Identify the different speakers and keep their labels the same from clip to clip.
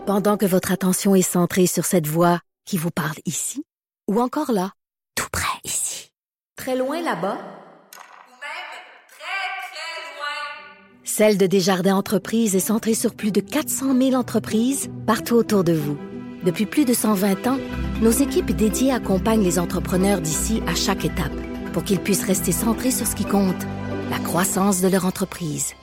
Speaker 1: Pendant que votre attention est centrée sur cette voix qui vous parle ici, ou encore là, tout près ici, très loin là-bas, ou même très, très loin, Celle de Desjardins Entreprises est centrée sur plus de 400 000 entreprises partout autour de vous. Depuis plus de 120 ans, nos équipes dédiées accompagnent les entrepreneurs d'ici à chaque étape pour qu'ils puissent rester centrés sur ce qui compte, la croissance de leur entreprise.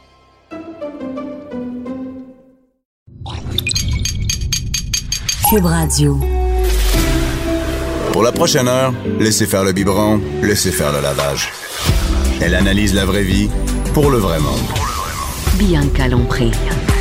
Speaker 2: Cube Radio.
Speaker 3: Pour la prochaine heure, laissez faire le biberon, laissez faire le lavage. Elle analyse la vraie vie pour le vrai monde.
Speaker 2: Bianca Lompré.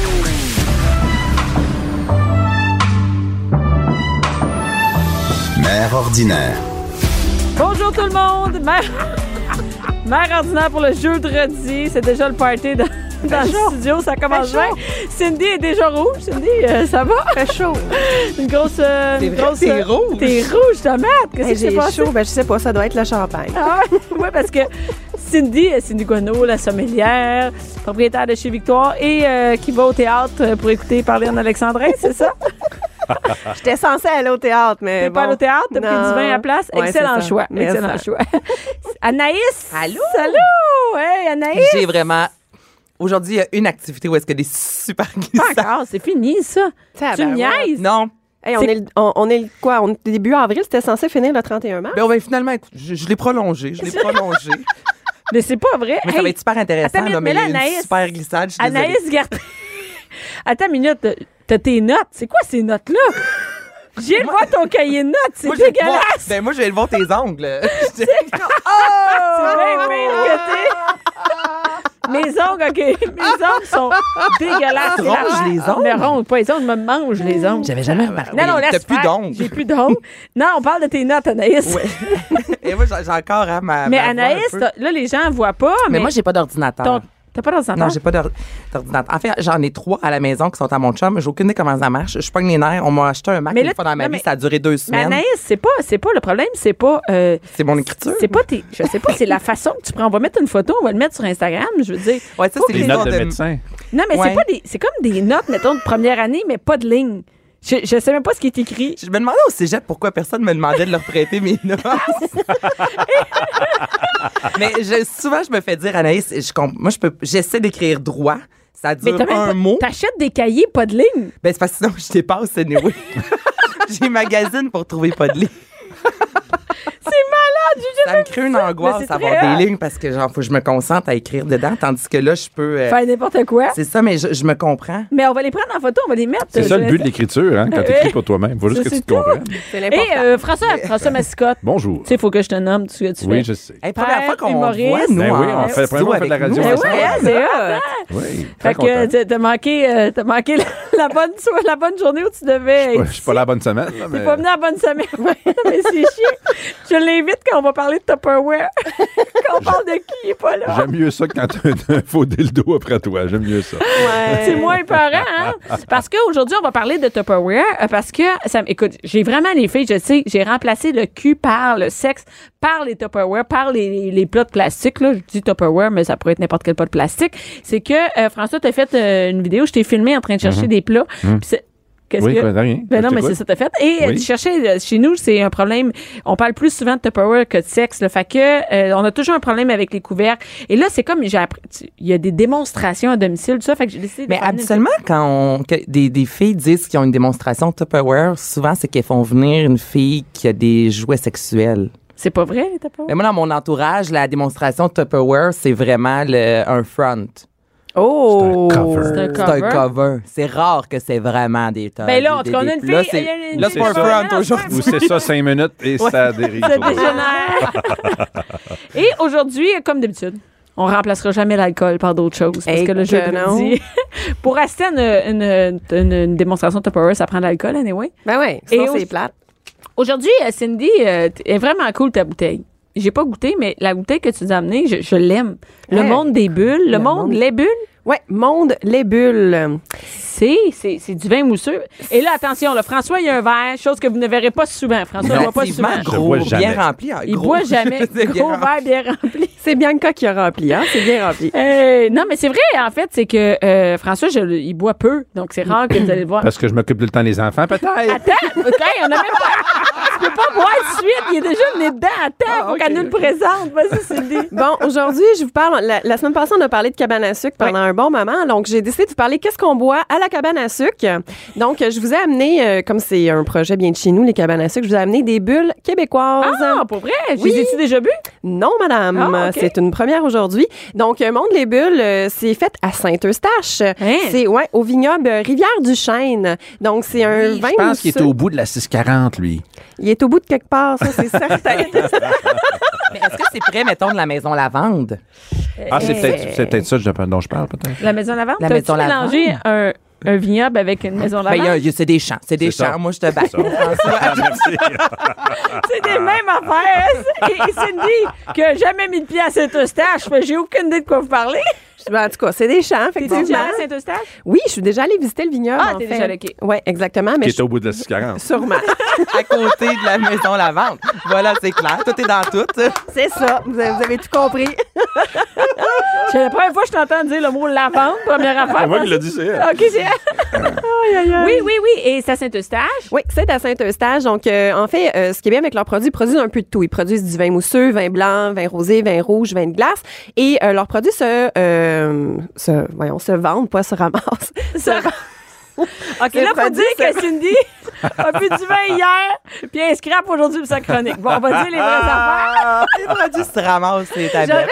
Speaker 3: Mère ordinaire.
Speaker 4: Bonjour tout le monde! Mère ordinaire pour le jeudi. C'est déjà le party dans le studio. Ça commence bien. Cindy est déjà rouge. Cindy, ça va?
Speaker 5: Très chaud.
Speaker 4: Une grosse...
Speaker 5: T'es rouge.
Speaker 4: T'es rouge, tomate. Qu'est-ce qui s'est passé?
Speaker 5: Chaud. Ben, je sais pas, ça doit être le champagne.
Speaker 4: Ah ouais, parce que Cindy Guano, la sommelière, propriétaire de chez Victoire et qui va au théâtre pour écouter parler en alexandrin, c'est ça?
Speaker 5: J'étais censée aller au théâtre, mais
Speaker 4: T'es pas allée au théâtre? T'as pris du vin à place?
Speaker 5: Ouais,
Speaker 4: Excellent choix.
Speaker 5: Merci.
Speaker 4: Excellent choix. Anaïs!
Speaker 6: Allô?
Speaker 4: Salut! Hey, Anaïs!
Speaker 6: J'ai vraiment... Aujourd'hui, il y a une activité où est-ce que des super glissades.
Speaker 4: Pas encore, c'est fini, ça. Tu me niaises?
Speaker 6: Non.
Speaker 5: Hey, on est quoi? On est début avril, c'était censé finir le 31 mars?
Speaker 6: Ben, finalement, écoute, je l'ai prolongé.
Speaker 4: Mais c'est pas vrai.
Speaker 6: Mais ça va être super intéressant.
Speaker 4: Attends,
Speaker 6: Là, mais
Speaker 4: mais là,
Speaker 6: il y a une
Speaker 4: Anaïs-
Speaker 6: super glissade. Je suis désolée.
Speaker 4: Anaïs Gertin. Attends une minute. T'as tes notes. C'est quoi ces notes-là? Je viens de voir ton cahier de notes. C'est
Speaker 6: Moi, je vais le voir-
Speaker 4: dégueulasse.
Speaker 6: Ben, moi, je vais le voir tes ongles.
Speaker 4: C'est bien pire que t'es. Mes ongles, OK. Mes ongles sont dégueulasses.
Speaker 6: Tu ronges les ongles?
Speaker 4: Me ronge pas les ongles, me mange les ongles.
Speaker 6: J'avais jamais remarqué.
Speaker 4: Non, laisse
Speaker 6: T'as plus
Speaker 4: faire.
Speaker 6: d'ongles.
Speaker 4: J'ai plus d'ongles. Non, on parle de tes notes, Anaïs.
Speaker 6: Ouais. Et moi, j'ai encore ma
Speaker 4: Mais
Speaker 6: ma voix
Speaker 4: Anaïs,
Speaker 6: un peu.
Speaker 4: là, les gens ne voient pas.
Speaker 6: Mais moi, j'ai pas d'ordinateur.
Speaker 4: T'as pas d'ordinateur?
Speaker 6: Non, j'ai pas d'ordinateur. En fait, j'en ai 3 à la maison qui sont à mon chum. J'ai aucune idée comment ça marche. Je pogne les nerfs. On m'a acheté un Mac
Speaker 4: Mais là,
Speaker 6: une fois dans ma
Speaker 4: non,
Speaker 6: vie.
Speaker 4: mais-
Speaker 6: Ça a duré 2
Speaker 4: Mais
Speaker 6: semaines.
Speaker 4: Anaïs, c'est pas le problème, c'est pas.
Speaker 6: C'est mon écriture.
Speaker 4: C'est pas tes. Je sais pas, c'est la façon que tu prends. On va mettre une photo, on va le mettre sur Instagram, je veux dire.
Speaker 6: Ouais, ça, c'est
Speaker 7: Les
Speaker 6: l'histoire
Speaker 7: notes de médecin.
Speaker 4: Non, mais
Speaker 6: Ouais.
Speaker 4: c'est pas des. C'est comme des notes, mettons, de première année, mais pas de ligne. Je sais même pas ce qui est écrit.
Speaker 6: Je me demandais au cégep pourquoi personne me demandait de leur prêter mes notes. Mais souvent, je me fais dire, Anaïs, moi, j'essaie d'écrire droit. Ça
Speaker 4: Mais
Speaker 6: dure
Speaker 4: t'as même
Speaker 6: un
Speaker 4: pas.
Speaker 6: mot.
Speaker 4: T'achètes des cahiers, pas de ligne.
Speaker 6: Ben, c'est parce que sinon, je dépasse, anyway. J'ai magazine pour trouver pas de ligne.
Speaker 4: C'est malade, j'ai
Speaker 6: Ça me crée une
Speaker 4: Mais
Speaker 6: angoisse
Speaker 4: c'est
Speaker 6: d'avoir
Speaker 4: très
Speaker 6: des lignes parce que, genre, faut que je me concentre à écrire dedans, tandis que là, je peux.
Speaker 4: faire n'importe quoi.
Speaker 6: C'est ça, mais je me comprends.
Speaker 4: Mais on va les prendre en photo, on va les mettre.
Speaker 7: C'est ça le
Speaker 4: sur
Speaker 7: but de l'écriture, hein, quand tu écris pour toi-même. Il faut juste que
Speaker 4: C'est
Speaker 7: tu te comprennes.
Speaker 5: C'est l'important.
Speaker 4: Et François Massicotte.
Speaker 7: Bonjour.
Speaker 4: Tu sais, il faut que je te nomme tout ce que tu fais.
Speaker 7: Oui, je sais.
Speaker 6: Hey, première
Speaker 4: Père,
Speaker 6: fois qu'on
Speaker 4: humoriste.
Speaker 6: voit, nous,
Speaker 7: Ben oui,
Speaker 6: en
Speaker 7: on fait la première fois qu'on fait de la
Speaker 6: studio
Speaker 7: radio
Speaker 6: avec
Speaker 4: Eh
Speaker 6: nous.
Speaker 4: ouais, hein, c'est hot, hein?
Speaker 7: Oui,
Speaker 4: Fait
Speaker 7: très
Speaker 4: que
Speaker 7: content.
Speaker 4: t'as manqué la bonne journée où tu devais
Speaker 7: Ouais,
Speaker 4: être
Speaker 7: je suis pas là la bonne semaine. Là, mais...
Speaker 4: T'es pas venu à la bonne semaine. Mais c'est chiant. Je l'invite quand on va parler de Tupperware. Quand on parle de qui, il est pas là.
Speaker 7: J'aime mieux ça que quand tu as un faux dildo après toi. J'aime mieux ça.
Speaker 4: C'est moins épeurant, hein? Parce qu'aujourd'hui, on va parler de Tupperware parce que, écoute, j'ai vraiment les filles, je sais, j'ai remplacé le cul par le sexe, par les Tupperware, par les plats de plastique, là. Je dis Tupperware, mais ça pourrait être n'importe quel plat de plastique. C'est que, François, t'as fait une vidéo, je t'ai filmé en train de chercher des plats. Puis qu'est-ce
Speaker 7: Oui,
Speaker 4: que...
Speaker 7: rien.
Speaker 4: Ben non, mais
Speaker 7: J'écoute.
Speaker 4: c'est ça que t'as fait. Et
Speaker 7: Oui.
Speaker 4: tu cherchais, chez nous, c'est un problème. On parle plus souvent de Tupperware que de sexe. Là, fait que on a toujours un problème avec les couverts. Et là, c'est comme j'ai appris. Il y a des démonstrations à domicile, tout ça. Fait que j'ai décidé de
Speaker 6: Mais
Speaker 4: faire une-
Speaker 6: habituellement, quand des filles disent qu'ils ont une démonstration Tupperware, souvent, c'est qu'elles font venir une fille qui a des jouets sexuels.
Speaker 4: C'est pas vrai, les Tupperware?
Speaker 6: Mais moi, dans mon entourage, la démonstration Tupperware, c'est vraiment un front.
Speaker 4: Oh!
Speaker 7: C'est un cover.
Speaker 4: C'est un
Speaker 6: C'est un
Speaker 4: cover.
Speaker 6: cover. C'est rare que c'est vraiment des
Speaker 4: Ben là, en tout cas, on a une fille.
Speaker 6: Là, c'est
Speaker 4: Là,
Speaker 6: c'est pas un
Speaker 7: ça.
Speaker 6: front aujourd'hui.
Speaker 7: Ou c'est ça, 5 minutes et ça dérive.
Speaker 4: Ça
Speaker 7: sur d'autres.
Speaker 4: dégénère. Et aujourd'hui, comme d'habitude, on remplacera jamais l'alcool par d'autres choses. Parce que le jeu dit. Pour assister à une démonstration Tupperware, ça prend de l'alcool, anyway.
Speaker 5: Ben oui, sinon
Speaker 4: Et
Speaker 5: c'est plate.
Speaker 4: Aujourd'hui, Cindy, est vraiment cool ta bouteille. J'ai pas goûté, mais la bouteille que tu nous as amenée, je l'aime. Le
Speaker 5: Ouais.
Speaker 4: monde des bulles, le monde, les bulles.
Speaker 5: Ouais, Monde les bulles.
Speaker 4: C'est du vin mousseux. Et là, attention, là, François, il y a un verre, chose que vous ne verrez pas souvent. François ne voit pas souvent.
Speaker 6: Relativement
Speaker 7: Je
Speaker 6: gros,
Speaker 7: vois jamais.
Speaker 6: bien rempli.
Speaker 4: Il boit jamais.
Speaker 6: C'est bien
Speaker 4: Gros verre bien rempli.
Speaker 5: C'est Bianca qui a rempli, hein? C'est bien rempli.
Speaker 4: Non, mais c'est vrai, en fait, c'est que François, il boit peu. Donc, c'est rare que vous allez le voir.
Speaker 7: Parce que je m'occupe tout le temps des enfants, peut-être.
Speaker 4: Attends, OK, on a même pas. Tu peux pas boire de suite. Il est déjà le nez dedans. Attends, faut qu'elle nous le présente. Vas-y, Cindy.
Speaker 5: Bon, aujourd'hui, je vous parle. La semaine passée, on a parlé de cabane à sucre pendant un bon moment. Donc, j'ai décidé de vous parler qu'est-ce qu'on boit à la cabane à sucre. Donc, je vous ai amené, comme c'est un projet bien de chez nous, les cabanes à sucre, je vous ai amené des bulles québécoises.
Speaker 4: Ah, pour vrai?
Speaker 5: Oui.
Speaker 4: Les as-tu déjà bu?
Speaker 5: Non, madame.
Speaker 4: Ah, OK.
Speaker 5: C'est une première aujourd'hui. Donc, Monde les bulles, c'est fait à Saint-Eustache.
Speaker 4: Hein?
Speaker 5: C'est, au vignoble Rivière-du-Chêne. Donc, c'est un vin
Speaker 7: Je pense qu'il
Speaker 5: mousseux.
Speaker 7: est au bout de la 640, lui.
Speaker 5: Il est au bout de quelque part, ça, c'est certain.
Speaker 6: Mais est-ce que c'est près, mettons, de la maison Lavande?
Speaker 7: Ah, c'est peut-être ça dont je parle, peut-être.
Speaker 4: La maison lavande?
Speaker 6: La
Speaker 4: T'as-tu
Speaker 6: maison lavande.
Speaker 4: mélangé un vignoble avec une maison
Speaker 6: Ben,
Speaker 4: lavande?
Speaker 6: c'est des champs. C'est des
Speaker 7: C'est ça.
Speaker 6: champs. Moi, je te bats.
Speaker 7: Ah, merci.
Speaker 4: C'est des mêmes affaires. Et Cindy, qui a jamais mis de pied à Saint-Eustache, j'ai aucune idée de quoi vous parlez.
Speaker 5: Ben, en tout cas, c'est des champs,
Speaker 4: T'es-tu
Speaker 5: effectivement.
Speaker 4: déjà allé à Saint-Eustache?
Speaker 5: Oui, je suis déjà allée visiter le vignoble.
Speaker 4: Ah,
Speaker 5: en
Speaker 4: t'es
Speaker 5: fait.
Speaker 4: déjà allée, OK.
Speaker 5: Oui, exactement. Mais
Speaker 7: Qui est au bout de la 640.
Speaker 5: sûrement.
Speaker 6: À côté de la maison Lavande. Voilà, c'est clair. Tout est dans tout.
Speaker 5: C'est ça. Vous avez tout compris.
Speaker 4: C'est la première fois que je t'entends dire le mot lavande, première affaire.
Speaker 7: C'est moi qui l'ai dit, c'est elle.
Speaker 4: OK, c'est Oui. Et c'est à Saint-Eustache?
Speaker 5: Oui, c'est à Saint-Eustache. Donc, en fait, ce qui est bien avec leurs produits, ils produisent un peu de tout. Ils produisent du vin mousseux, vin blanc, vin rosé, vin rouge, vin de glace. Et leurs produits se vendent, pas se ramassent.
Speaker 4: OK, là, faut dire que Cindy a bu du vin hier, puis elle scrape aujourd'hui pour sa chronique. Bon, on va dire les vraies affaires.
Speaker 6: Les produits se ramassent, c'est tablettes.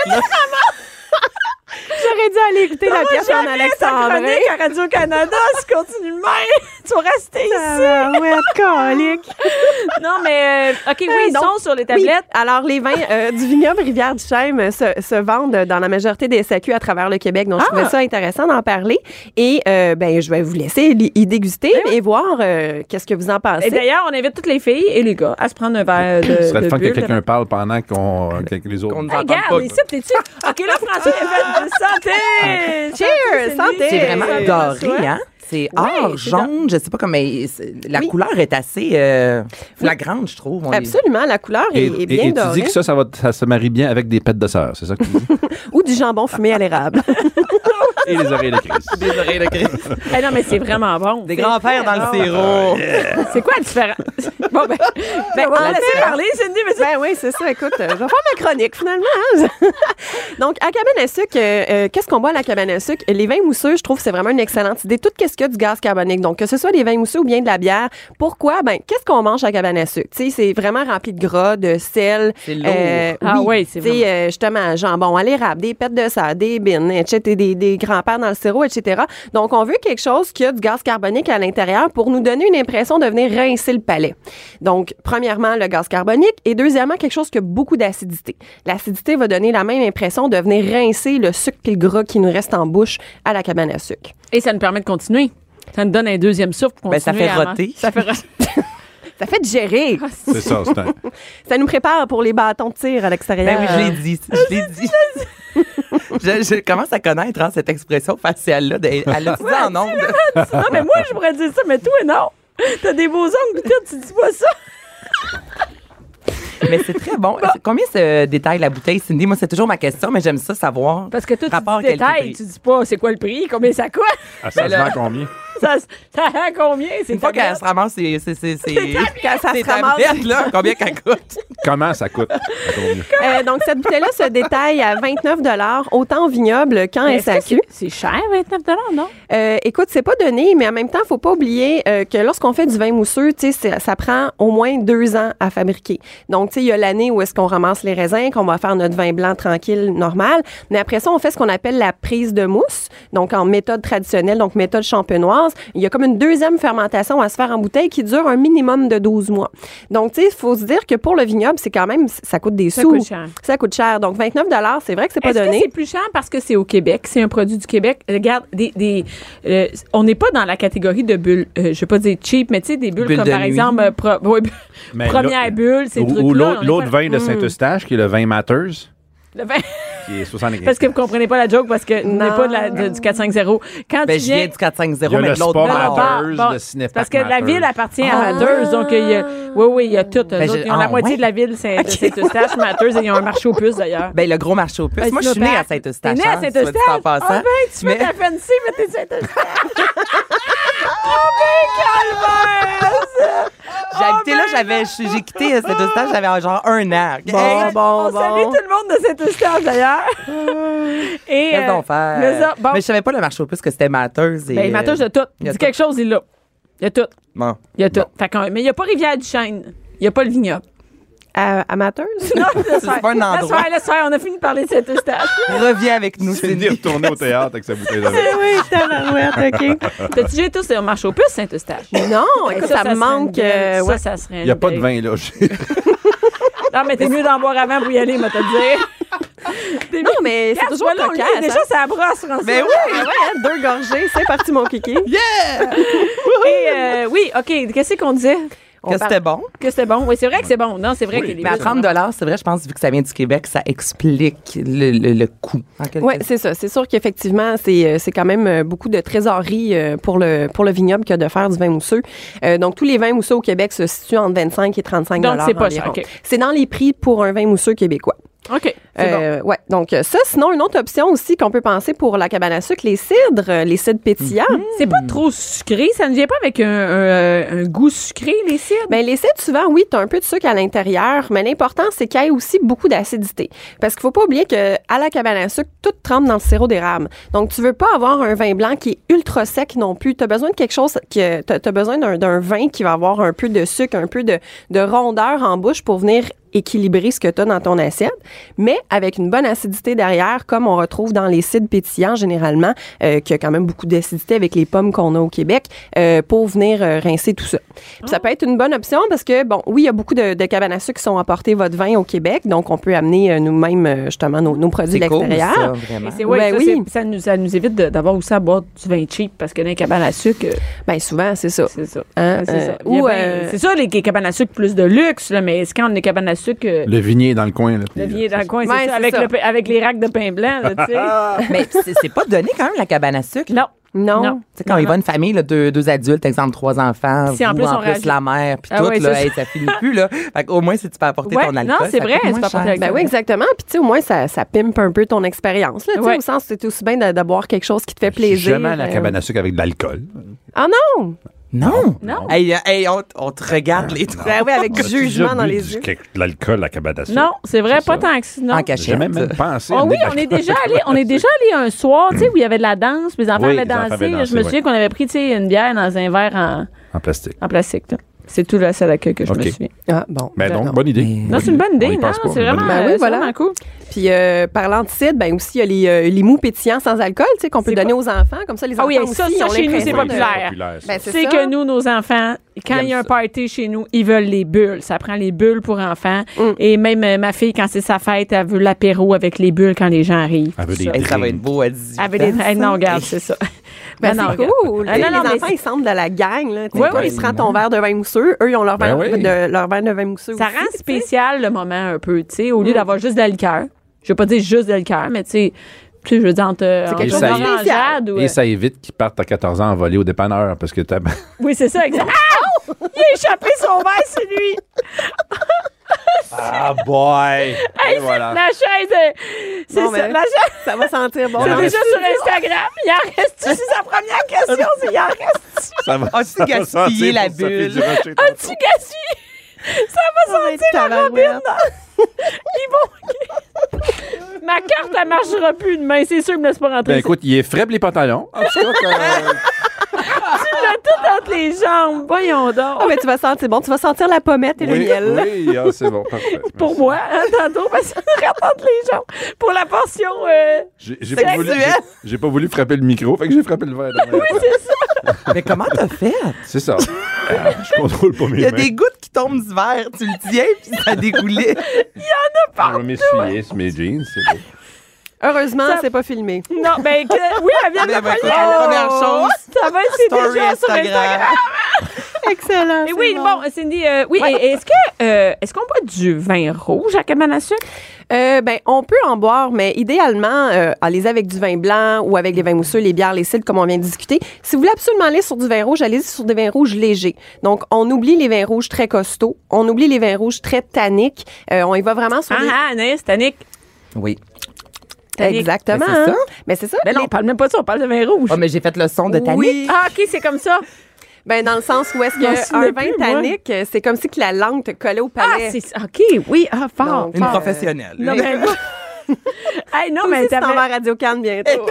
Speaker 5: J'aurais dû aller écouter la pièce en
Speaker 4: Sa
Speaker 5: Alexandrin.
Speaker 4: chronique à Radio-Canada, si tu continues de même, tu vas rester ici.
Speaker 5: Ouais, colique.
Speaker 4: Non, mais OK, oui, ils
Speaker 5: donc,
Speaker 4: sont sur les
Speaker 5: Oui,
Speaker 4: tablettes.
Speaker 5: alors les vins du vignoble Rivière-du-Chêne se vendent dans la majorité des SAQ à travers le Québec. Donc, je trouvais ça intéressant d'en parler. Et je vais vous laisser y déguster et voir qu'est-ce que vous en pensez.
Speaker 4: Et d'ailleurs, on invite toutes les filles et les gars à se prendre un verre de
Speaker 7: Ce serait le fun que
Speaker 4: bulle.
Speaker 7: quelqu'un parle pendant que les autres.
Speaker 6: Qu'on nous
Speaker 4: Hey,
Speaker 6: entende
Speaker 4: regarde,
Speaker 6: pas.
Speaker 4: ici, t'es-tu? OK, là, François, il a fait de santé!
Speaker 5: Cheers! Santé!
Speaker 6: C'est vraiment
Speaker 4: François.
Speaker 6: doré, hein? C'est or,
Speaker 4: c'est
Speaker 6: jaune, je sais pas comment. La couleur est assez flagrante, je trouve.
Speaker 5: Absolument, la couleur est bien
Speaker 7: et tu
Speaker 5: dorée.
Speaker 7: dis que ça se marie bien avec des pêtes de sœur, c'est ça que tu dis?
Speaker 5: Ou du jambon fumé à l'érable.
Speaker 7: Et les oreilles de Christ.
Speaker 6: Des oreilles de Christ.
Speaker 4: Eh non, mais c'est vraiment bon.
Speaker 6: Des grands-pères dans le sirop.
Speaker 4: C'est quoi la différence? Bon, on va laisser parler, Cindy, mais
Speaker 5: Ben oui, c'est ça. Écoute, je vais faire ma chronique, finalement. hein. Donc, à cabane à sucre, qu'est-ce qu'on boit à la cabane à sucre? Les vins mousseux, je trouve que c'est vraiment une excellente idée. Tout qu'est-ce qu'il y a du gaz carbonique. Donc, que ce soit des vins mousseux ou bien de la bière. Pourquoi? Ben, qu'est-ce qu'on mange à cabane à sucre? Tu sais, c'est vraiment rempli de gras, de sel.
Speaker 6: C'est lourd.
Speaker 4: Ah oui, c'est
Speaker 5: Tu sais, justement, jambon à l'érable, des pêtes de sable, des bines, etc., des grands-pères dans le sirop, etc. Donc, on veut quelque chose qui a du gaz carbonique à l'intérieur pour nous donner une impression de venir rincer le palais. Donc, premièrement, le gaz carbonique et deuxièmement, quelque chose qui a beaucoup d'acidité. L'acidité va donner la même impression de venir rincer le sucre et le gras qui nous reste en bouche à la cabane à sucre.
Speaker 4: Et ça nous permet de continuer. Ça nous donne un deuxième souffle pour
Speaker 6: Ben,
Speaker 4: continuer
Speaker 6: ça fait
Speaker 4: à
Speaker 6: roter.
Speaker 4: Ça fait roter.
Speaker 5: Ça fait digérer.
Speaker 7: C'est ça, c'est un.
Speaker 5: Ça nous prépare pour les bâtons de tir à l'extérieur.
Speaker 6: Ben oui, je l'ai dit. Je l'ai dit. Je commence à connaître cette expression faciale-là. Elle l'a dit en ondes.
Speaker 4: Non, mais moi, je pourrais dire ça, mais toi, non. T'as des beaux ongles, pis tout, tu dis pas ça.
Speaker 6: Mais c'est très bon. Combien se détaille la bouteille, Cindy? Moi, c'est toujours ma question, mais j'aime ça savoir.
Speaker 4: Parce que toi, tu
Speaker 6: Rapport
Speaker 4: dis détail,
Speaker 6: qualité-prix.
Speaker 4: tu dis pas c'est quoi le prix, combien ça coûte.
Speaker 7: Ah, ça se
Speaker 6: là-
Speaker 7: vend combien?
Speaker 4: Ça rend combien? C'est
Speaker 6: Une fois
Speaker 4: ta
Speaker 6: qu'elle se ramasse, c'est
Speaker 5: Quand ça
Speaker 6: ces
Speaker 5: se ramasse.
Speaker 6: tablettes, là, combien qu'elle coûte?
Speaker 7: Comment ça coûte?
Speaker 5: Donc, cette bouteille-là se détaille à 29 autant au vignoble qu'en
Speaker 4: Mais est-ce que
Speaker 5: SAQ.
Speaker 4: c'est cher, 29 non?
Speaker 5: Écoute, c'est pas donné, mais en même temps, faut pas oublier que lorsqu'on fait du vin mousseux, tu sais, ça prend au moins 2 ans à fabriquer. Donc, tu sais, il y a l'année où est-ce qu'on ramasse les raisins, qu'on va faire notre vin blanc tranquille, normal. Mais après ça, on fait ce qu'on appelle la prise de mousse, donc en méthode traditionnelle, donc méthode champenoise. Il y a comme une deuxième fermentation à se faire en bouteille qui dure un minimum de 12 mois. Donc, tu sais, il faut se dire que pour le vignoble, c'est quand même, ça coûte des
Speaker 4: Ça
Speaker 5: sous.
Speaker 4: coûte cher.
Speaker 5: Ça coûte cher. Donc, 29 c'est vrai que c'est pas
Speaker 4: Est-ce
Speaker 5: donné.
Speaker 4: que c'est plus cher parce que c'est au Québec? C'est un produit du Québec. Regarde, on n'est pas dans la catégorie de bulles, je vais pas dire cheap, mais tu sais, des bulles
Speaker 6: Bulles
Speaker 4: comme
Speaker 6: de
Speaker 4: par
Speaker 6: nuit.
Speaker 4: exemple,
Speaker 7: Mais
Speaker 4: première bulle, ces
Speaker 7: Ou
Speaker 4: trucs-là. on est
Speaker 7: l'autre
Speaker 4: pas-
Speaker 7: vin de Saint-Eustache, qui est le vin Matters.
Speaker 4: Le vin.
Speaker 7: qui est 75.
Speaker 4: Parce que vous comprenez pas la joke, parce que n'est pas du 450. Quand
Speaker 6: Ben,
Speaker 4: tu
Speaker 6: je viens
Speaker 4: viens...
Speaker 6: du 450,
Speaker 7: Il y a
Speaker 6: mais
Speaker 7: le
Speaker 6: de l'autre
Speaker 7: spa
Speaker 6: bord.
Speaker 7: Matters,
Speaker 4: Bon,
Speaker 7: le cinéparc
Speaker 4: parce que la
Speaker 7: Matters.
Speaker 4: ville appartient à Matters, donc il y a, oui, il y a tout.
Speaker 6: Ben,
Speaker 4: Ils ont la moitié de la ville, c'est Saint-Eustache, Matters, et ils ont un marché aux puces, d'ailleurs.
Speaker 6: Ben, le gros marché aux puces.
Speaker 4: Ben,
Speaker 6: Moi, je suis née à Saint-Eustache.
Speaker 4: T'es née à
Speaker 6: hein, soit dit
Speaker 4: Saint-Eustache?
Speaker 6: en passant.
Speaker 4: Ah ben, tu fais ta fancy, mais t'es Saint-Eustache. Oh ben, calvaire!
Speaker 6: J'ai habité là, j'ai quitté Saint-Eustache, j'avais genre 1 an.
Speaker 4: On salue tout le monde de Saint-Eustache, d'ailleurs. Et,
Speaker 6: Qu'est-ce qu'on fait?
Speaker 4: mais ça, bon.
Speaker 6: Mais je savais pas le marché aux puces que c'était Matters.
Speaker 4: Ben, Matters, il y a tout.
Speaker 6: il y a
Speaker 4: Dis
Speaker 6: tout.
Speaker 4: quelque chose, il l'a. Il y a tout.
Speaker 6: Bon.
Speaker 4: Il y a tout. Fait que, mais il n'y a pas Rivière-du-Chêne. Il n'y a pas le vignoble.
Speaker 5: Amateurs?
Speaker 4: Non, laisse
Speaker 6: C'est pas un endroit.
Speaker 4: laisse faire. On a fini de parler de Saint-Eustache.
Speaker 6: Reviens avec nous,
Speaker 7: C'est venu
Speaker 6: Cindy.
Speaker 7: retourner au théâtre avec sa bouteille de vin.
Speaker 5: Oui, tabarouette, OK.
Speaker 4: T'as-tu déjà été au marché aux puces, Saint-Eustache?
Speaker 5: Non, écoute, ça me
Speaker 4: serait
Speaker 5: manque.
Speaker 4: une belle-
Speaker 5: ouais.
Speaker 4: ça serait
Speaker 7: Il n'y a pas de vin, là.
Speaker 4: Non, mais t'es mieux d'en boire avant pour y aller, moi, te dire.
Speaker 5: Non, mais c'est toujours
Speaker 4: Regarde,
Speaker 5: cocasse.
Speaker 4: on est déjà, ça brosse, François.
Speaker 6: Mais oui!
Speaker 5: Ouais, hein, 2 gorgées, c'est parti, mon kiki.
Speaker 4: Et, oui, OK, qu'est-ce qu'on disait?
Speaker 6: Que c'était bon.
Speaker 4: Que c'était bon. Oui, c'est vrai que c'est bon. Non, c'est vrai que les
Speaker 6: Mais à 30 c'est vrai, je pense, vu que ça vient du Québec, ça explique le coût.
Speaker 5: Oui, c'est ça. C'est sûr qu'effectivement, c'est quand même beaucoup de trésorerie pour le vignoble qu'il y a de faire du vin mousseux. Donc, tous les vins mousseux au Québec se situent entre 25 et 35
Speaker 4: Donc, c'est pas
Speaker 5: environ.
Speaker 4: cher, OK.
Speaker 5: C'est dans les prix pour un vin mousseux québécois.
Speaker 4: OK, c'est bon.
Speaker 5: Ouais, donc ça, sinon, une autre option aussi qu'on peut penser pour la cabane à sucre, les cidres pétillants.
Speaker 4: C'est pas trop sucré. Ça ne vient pas avec un goût sucré, les cidres?
Speaker 5: Ben, les cidres, souvent, oui, tu as un peu de sucre à l'intérieur, mais l'important, c'est qu'il y ait aussi beaucoup d'acidité. Parce qu'il faut pas oublier que à la cabane à sucre, tout trempe dans le sirop d'érable. Donc, tu veux pas avoir un vin blanc qui est ultra sec non plus. Tu as besoin de quelque chose t'as besoin d'un vin qui va avoir un peu de sucre, un peu de rondeur en bouche pour venir équilibrer ce que tu as dans ton assiette, mais avec une bonne acidité derrière, comme on retrouve dans les cidres pétillants généralement, qui a quand même beaucoup d'acidité avec les pommes qu'on a au Québec, pour venir rincer tout ça. Puis ça peut être une bonne option parce que, bon, oui, il y a beaucoup de cabanes à sucre qui sont apportées votre vin au Québec, donc on peut amener nous-mêmes, justement, nos produits de
Speaker 6: C'est cool,
Speaker 5: l'extérieur.
Speaker 6: ça, vraiment.
Speaker 4: C'est, ouais,
Speaker 5: Ben
Speaker 4: ça,
Speaker 5: oui.
Speaker 4: ça nous évite d'avoir aussi à boire du vin cheap parce que dans les cabanes à sucre,
Speaker 5: Bien, souvent, c'est ça.
Speaker 4: c'est ça.
Speaker 5: Hein,
Speaker 4: C'est ça.
Speaker 5: ou,
Speaker 4: Il y a bien- c'est ça, les cabanes à sucre plus de luxe, là, mais c'est quand on a des cabanes à sucre,
Speaker 7: Le vignier est dans le coin. Là,
Speaker 4: le vieil dans le coin, c'est
Speaker 5: Ouais,
Speaker 4: ça,
Speaker 5: c'est
Speaker 4: avec,
Speaker 5: ça.
Speaker 4: avec les racks de pain blanc, là, tu sais.
Speaker 6: Mais c'est pas donné quand même, la cabane à sucre.
Speaker 4: Non.
Speaker 5: Non.
Speaker 4: Non.
Speaker 6: Tu sais, quand il va une famille, là, deux adultes, exemple 3 enfants,
Speaker 4: Si en
Speaker 6: vous,
Speaker 4: plus, on
Speaker 6: en plus
Speaker 4: rajoute-
Speaker 6: la mère, puis
Speaker 4: Ah
Speaker 6: tout,
Speaker 4: ouais,
Speaker 6: là,
Speaker 4: c'est
Speaker 6: hey, ça finit plus, là. Fait qu'au moins, si tu peux apporter
Speaker 4: Ouais,
Speaker 6: ton alcool,
Speaker 4: non, c'est
Speaker 6: ça
Speaker 4: vrai,
Speaker 6: coûte moins
Speaker 4: tu peux apporter
Speaker 6: cher.
Speaker 4: avec
Speaker 5: Ben oui, exactement. Puis, tu sais, au moins, ça pimpe un peu ton expérience. Là, tu sais,
Speaker 4: Ouais.
Speaker 5: au sens, c'est aussi bien de boire quelque chose qui te fait plaisir.
Speaker 7: Jamais à la cabane à sucre avec de l'alcool.
Speaker 5: Ah non!
Speaker 6: Non.
Speaker 4: Non.
Speaker 6: Hey, on te regarde les trois.
Speaker 5: Ben oui, avec du
Speaker 7: As-tu
Speaker 5: jugement
Speaker 7: déjà
Speaker 5: dans
Speaker 7: bu
Speaker 5: les yeux.
Speaker 7: de l'alcool à la cabane à sucre?
Speaker 4: Non, c'est vrai,
Speaker 7: C'est
Speaker 4: pas
Speaker 7: ça.
Speaker 4: tant que ça. Non.
Speaker 6: En
Speaker 7: J'ai
Speaker 6: cachette.
Speaker 7: jamais même pensé.
Speaker 4: Ah
Speaker 7: à
Speaker 4: oui,
Speaker 7: mettre
Speaker 4: on est déjà allé un soir, tu sais, où il y avait de la danse, mes enfants
Speaker 7: Oui,
Speaker 4: avaient
Speaker 7: les enfants
Speaker 4: dansé.
Speaker 7: avaient dansé,
Speaker 4: Je me
Speaker 7: ouais.
Speaker 4: souviens qu'on avait pris, tu sais, une bière dans un verre
Speaker 7: en plastique.
Speaker 4: en plastique. Là. C'est tout le seul accueil que je me
Speaker 7: OK.
Speaker 4: souviens.
Speaker 5: Ah, bon.
Speaker 7: Ben
Speaker 5: Non.
Speaker 7: donc, bonne idée.
Speaker 4: Non, c'est une bonne
Speaker 7: On
Speaker 4: idée,
Speaker 7: y
Speaker 4: non?
Speaker 7: pense pas,
Speaker 4: C'est
Speaker 7: mais bonne
Speaker 4: vraiment,
Speaker 7: idée.
Speaker 5: Ben oui,
Speaker 4: c'est
Speaker 5: voilà.
Speaker 4: vraiment cool.
Speaker 5: Puis, parlant de cidre, ben aussi, il y a les mous pétillants sans alcool, tu sais, qu'on peut
Speaker 4: C'est
Speaker 5: donner aux enfants. Comme ça, les
Speaker 4: Ah
Speaker 5: enfants
Speaker 4: oui,
Speaker 5: aussi,
Speaker 4: ça,
Speaker 5: ils ont
Speaker 4: chez nous, c'est
Speaker 5: l'impression
Speaker 4: populaire.
Speaker 7: ça.
Speaker 5: Ben,
Speaker 4: C'est
Speaker 5: ça.
Speaker 4: que nous, nos enfants, quand il y a un party chez nous, ils veulent les bulles. Ça prend les bulles pour enfants. Et même ma fille, quand c'est sa fête, elle veut l'apéro avec les bulles quand les gens arrivent.
Speaker 7: Elle veut
Speaker 4: Tout
Speaker 7: des
Speaker 4: ça.
Speaker 6: Hey, ça va être beau à 18
Speaker 4: Elle veut des...
Speaker 6: ans,
Speaker 4: Hey, non,
Speaker 6: ça.
Speaker 4: regarde, c'est ça.
Speaker 5: Ben,
Speaker 4: non,
Speaker 5: c'est
Speaker 4: regarde.
Speaker 5: cool.
Speaker 4: Ah, non, non,
Speaker 5: les
Speaker 4: mais
Speaker 5: enfants, ils semblent de la gang. Là, tu sais,
Speaker 4: Ouais,
Speaker 5: toi,
Speaker 4: ouais.
Speaker 5: ils se rendent ton verre de vin mousseux. Eux, ils ont leur
Speaker 7: Ben
Speaker 5: verre,
Speaker 7: oui.
Speaker 5: leur verre de vin mousseux
Speaker 4: Ça
Speaker 5: aussi,
Speaker 4: rend
Speaker 5: tu sais.
Speaker 4: spécial le moment un peu, tu sais, au lieu d'avoir juste de la liqueur. Je veux pas dire juste de la liqueur, mais tu sais, je veux dire, entre
Speaker 5: quelque
Speaker 7: chose de
Speaker 4: orangeade ou...
Speaker 7: Et ça évite qu'ils partent à 14 ans en volée au dépanneur parce que t'as.
Speaker 4: Oui, c'est ça, exact. Ah! Il a échappé son verre, c'est lui.
Speaker 7: Ah, boy! Et voilà.
Speaker 4: La chaise, c'est
Speaker 5: Bon,
Speaker 4: ça.
Speaker 5: ben,
Speaker 4: La chaise,
Speaker 5: Ça va sentir bon.
Speaker 7: Il en
Speaker 4: c'est
Speaker 7: reste-
Speaker 4: déjà sur Instagram. Il en reste. C'est sa première question, c'est il en reste.
Speaker 7: Ça va,
Speaker 6: As-tu
Speaker 7: ça va
Speaker 6: gaspillé
Speaker 7: sentir
Speaker 6: la
Speaker 7: pour Sophie
Speaker 6: bulle?
Speaker 7: Durocher
Speaker 4: As-tu
Speaker 7: tantôt.
Speaker 4: gaspillé? Ça va sentir la
Speaker 5: tabarouette.
Speaker 4: robine. Ils vont... Ma carte, elle marchera plus demain. C'est sûr, il me laisse pas rentrer.
Speaker 7: Ben écoute, il est faible les pantalons. En tout cas,
Speaker 4: Tu l'as tout entre les jambes. Voyons donc.
Speaker 5: Ah, mais tu vas sentir bon. Tu vas sentir la pommette et le
Speaker 7: oui,
Speaker 5: miel.
Speaker 7: oui, ah, c'est bon, parfait.
Speaker 4: Pour moi, hein, tantôt, parce que ça rentre entre les jambes. Pour la portion...
Speaker 7: J'ai pas voulu, j'ai pas voulu frapper le micro, fait que j'ai frappé le verre. Oui,
Speaker 4: c'est ça.
Speaker 6: Mais comment t'as fait?
Speaker 7: C'est ça. Je contrôle pas mes
Speaker 6: Il y a
Speaker 7: mains.
Speaker 6: des gouttes qui tombent du verre. Tu le tiens, puis ça dégoulait.
Speaker 7: Je vais m'essuyer sur mes jeans, c'est beau.
Speaker 5: Heureusement,
Speaker 4: Ça-
Speaker 5: c'est pas filmé.
Speaker 4: Non, ben, oui, elle vient de
Speaker 6: Ben,
Speaker 4: me
Speaker 6: écoute,
Speaker 4: faire-
Speaker 6: la première chose,
Speaker 4: Ça va, c'est
Speaker 6: story
Speaker 4: déjà sur
Speaker 6: Instagram.
Speaker 4: Instagram.
Speaker 5: Excellent.
Speaker 4: Et oui, bon, Cindy, oui, et est-ce qu'on boit du vin rouge à cabane à sucre?
Speaker 5: On peut en boire, mais idéalement, allez-y avec du vin blanc ou avec les vins mousseux, les bières, les cidres, comme on vient de discuter. Si vous voulez absolument aller sur du vin rouge, allez-y sur des vins rouges légers. Donc, on oublie les vins rouges très costauds. On oublie les vins rouges très tanniques. On y va vraiment sur des...
Speaker 4: Anaïs, tannique.
Speaker 6: Oui.
Speaker 4: Tannique.
Speaker 5: Exactement.
Speaker 6: Mais c'est ça.
Speaker 5: Mais c'est ça.
Speaker 4: Mais non, on parle même pas de ça, on parle de vin rouge.
Speaker 6: Oh, mais j'ai fait le son de tannique.
Speaker 5: Oui.
Speaker 4: Ah, OK, c'est comme ça.
Speaker 5: Dans le sens où est-ce
Speaker 4: Je m'en
Speaker 5: qu'un
Speaker 4: souvenais
Speaker 5: vin
Speaker 4: plus, moi.
Speaker 5: tannique, c'est comme si que la langue te collait au
Speaker 4: Ah,
Speaker 5: palais.
Speaker 4: c'est OK, oui, fort.
Speaker 5: Donc,
Speaker 6: Une
Speaker 4: fort.
Speaker 6: professionnelle.
Speaker 4: Non, mais hey, non, mais
Speaker 5: Tu t'en vas
Speaker 4: t'avais
Speaker 5: à Radio-Can bientôt.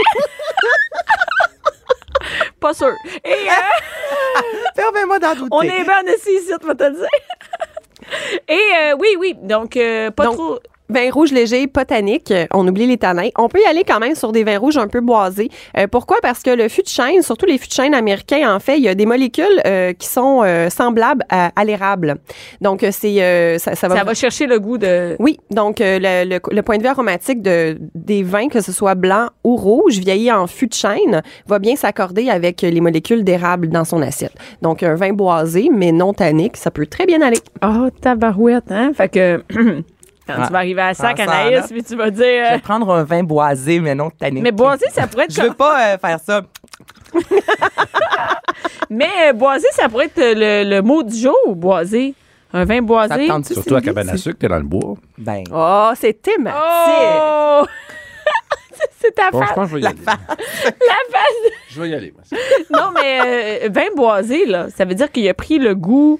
Speaker 4: pas sûr. Et
Speaker 6: Permets-moi d'en douter.
Speaker 4: on est bien assis ici, tu vas te le dire. Et oui, donc pas
Speaker 5: Donc,
Speaker 4: trop.
Speaker 5: Vin rouge léger, pas tannique, on oublie les tanins. On peut y aller quand même sur des vins rouges un peu boisés. Pourquoi? Parce que le fût de chêne, surtout les fûts de chêne américains, en fait, il y a des molécules qui sont semblables à l'érable. Donc, c'est ça va
Speaker 4: chercher le goût de...
Speaker 5: Oui, donc le point de vue aromatique des vins, que ce soit blanc ou rouge, vieilli en fût de chêne, va bien s'accorder avec les molécules d'érable dans son assiette. Donc, un vin boisé, mais non tannique, ça peut très bien aller.
Speaker 4: Oh, tabarouette, hein? Fait que... Quand tu vas arriver à sac, Anaïs, puis tu vas dire...
Speaker 6: Je vais prendre un vin boisé, mais non tannique.
Speaker 4: mais boisé, ça pourrait être...
Speaker 6: Je veux pas faire ça.
Speaker 4: Mais boisé, ça pourrait être le mot du jour, boisé. Un vin boisé.
Speaker 6: Ça te tente-tu,
Speaker 7: Surtout à
Speaker 6: Cindy?
Speaker 7: cabane à sucre, t'es dans le bois.
Speaker 6: Ben,
Speaker 5: Oh, c'est thématique!
Speaker 4: Oh! C'est ta
Speaker 7: Bon, je
Speaker 4: face.
Speaker 7: pense que je vais y aller.
Speaker 4: La face.
Speaker 7: Je vais y aller. Moi.
Speaker 4: Non, mais vin boisé, là, ça veut dire qu'il a pris le goût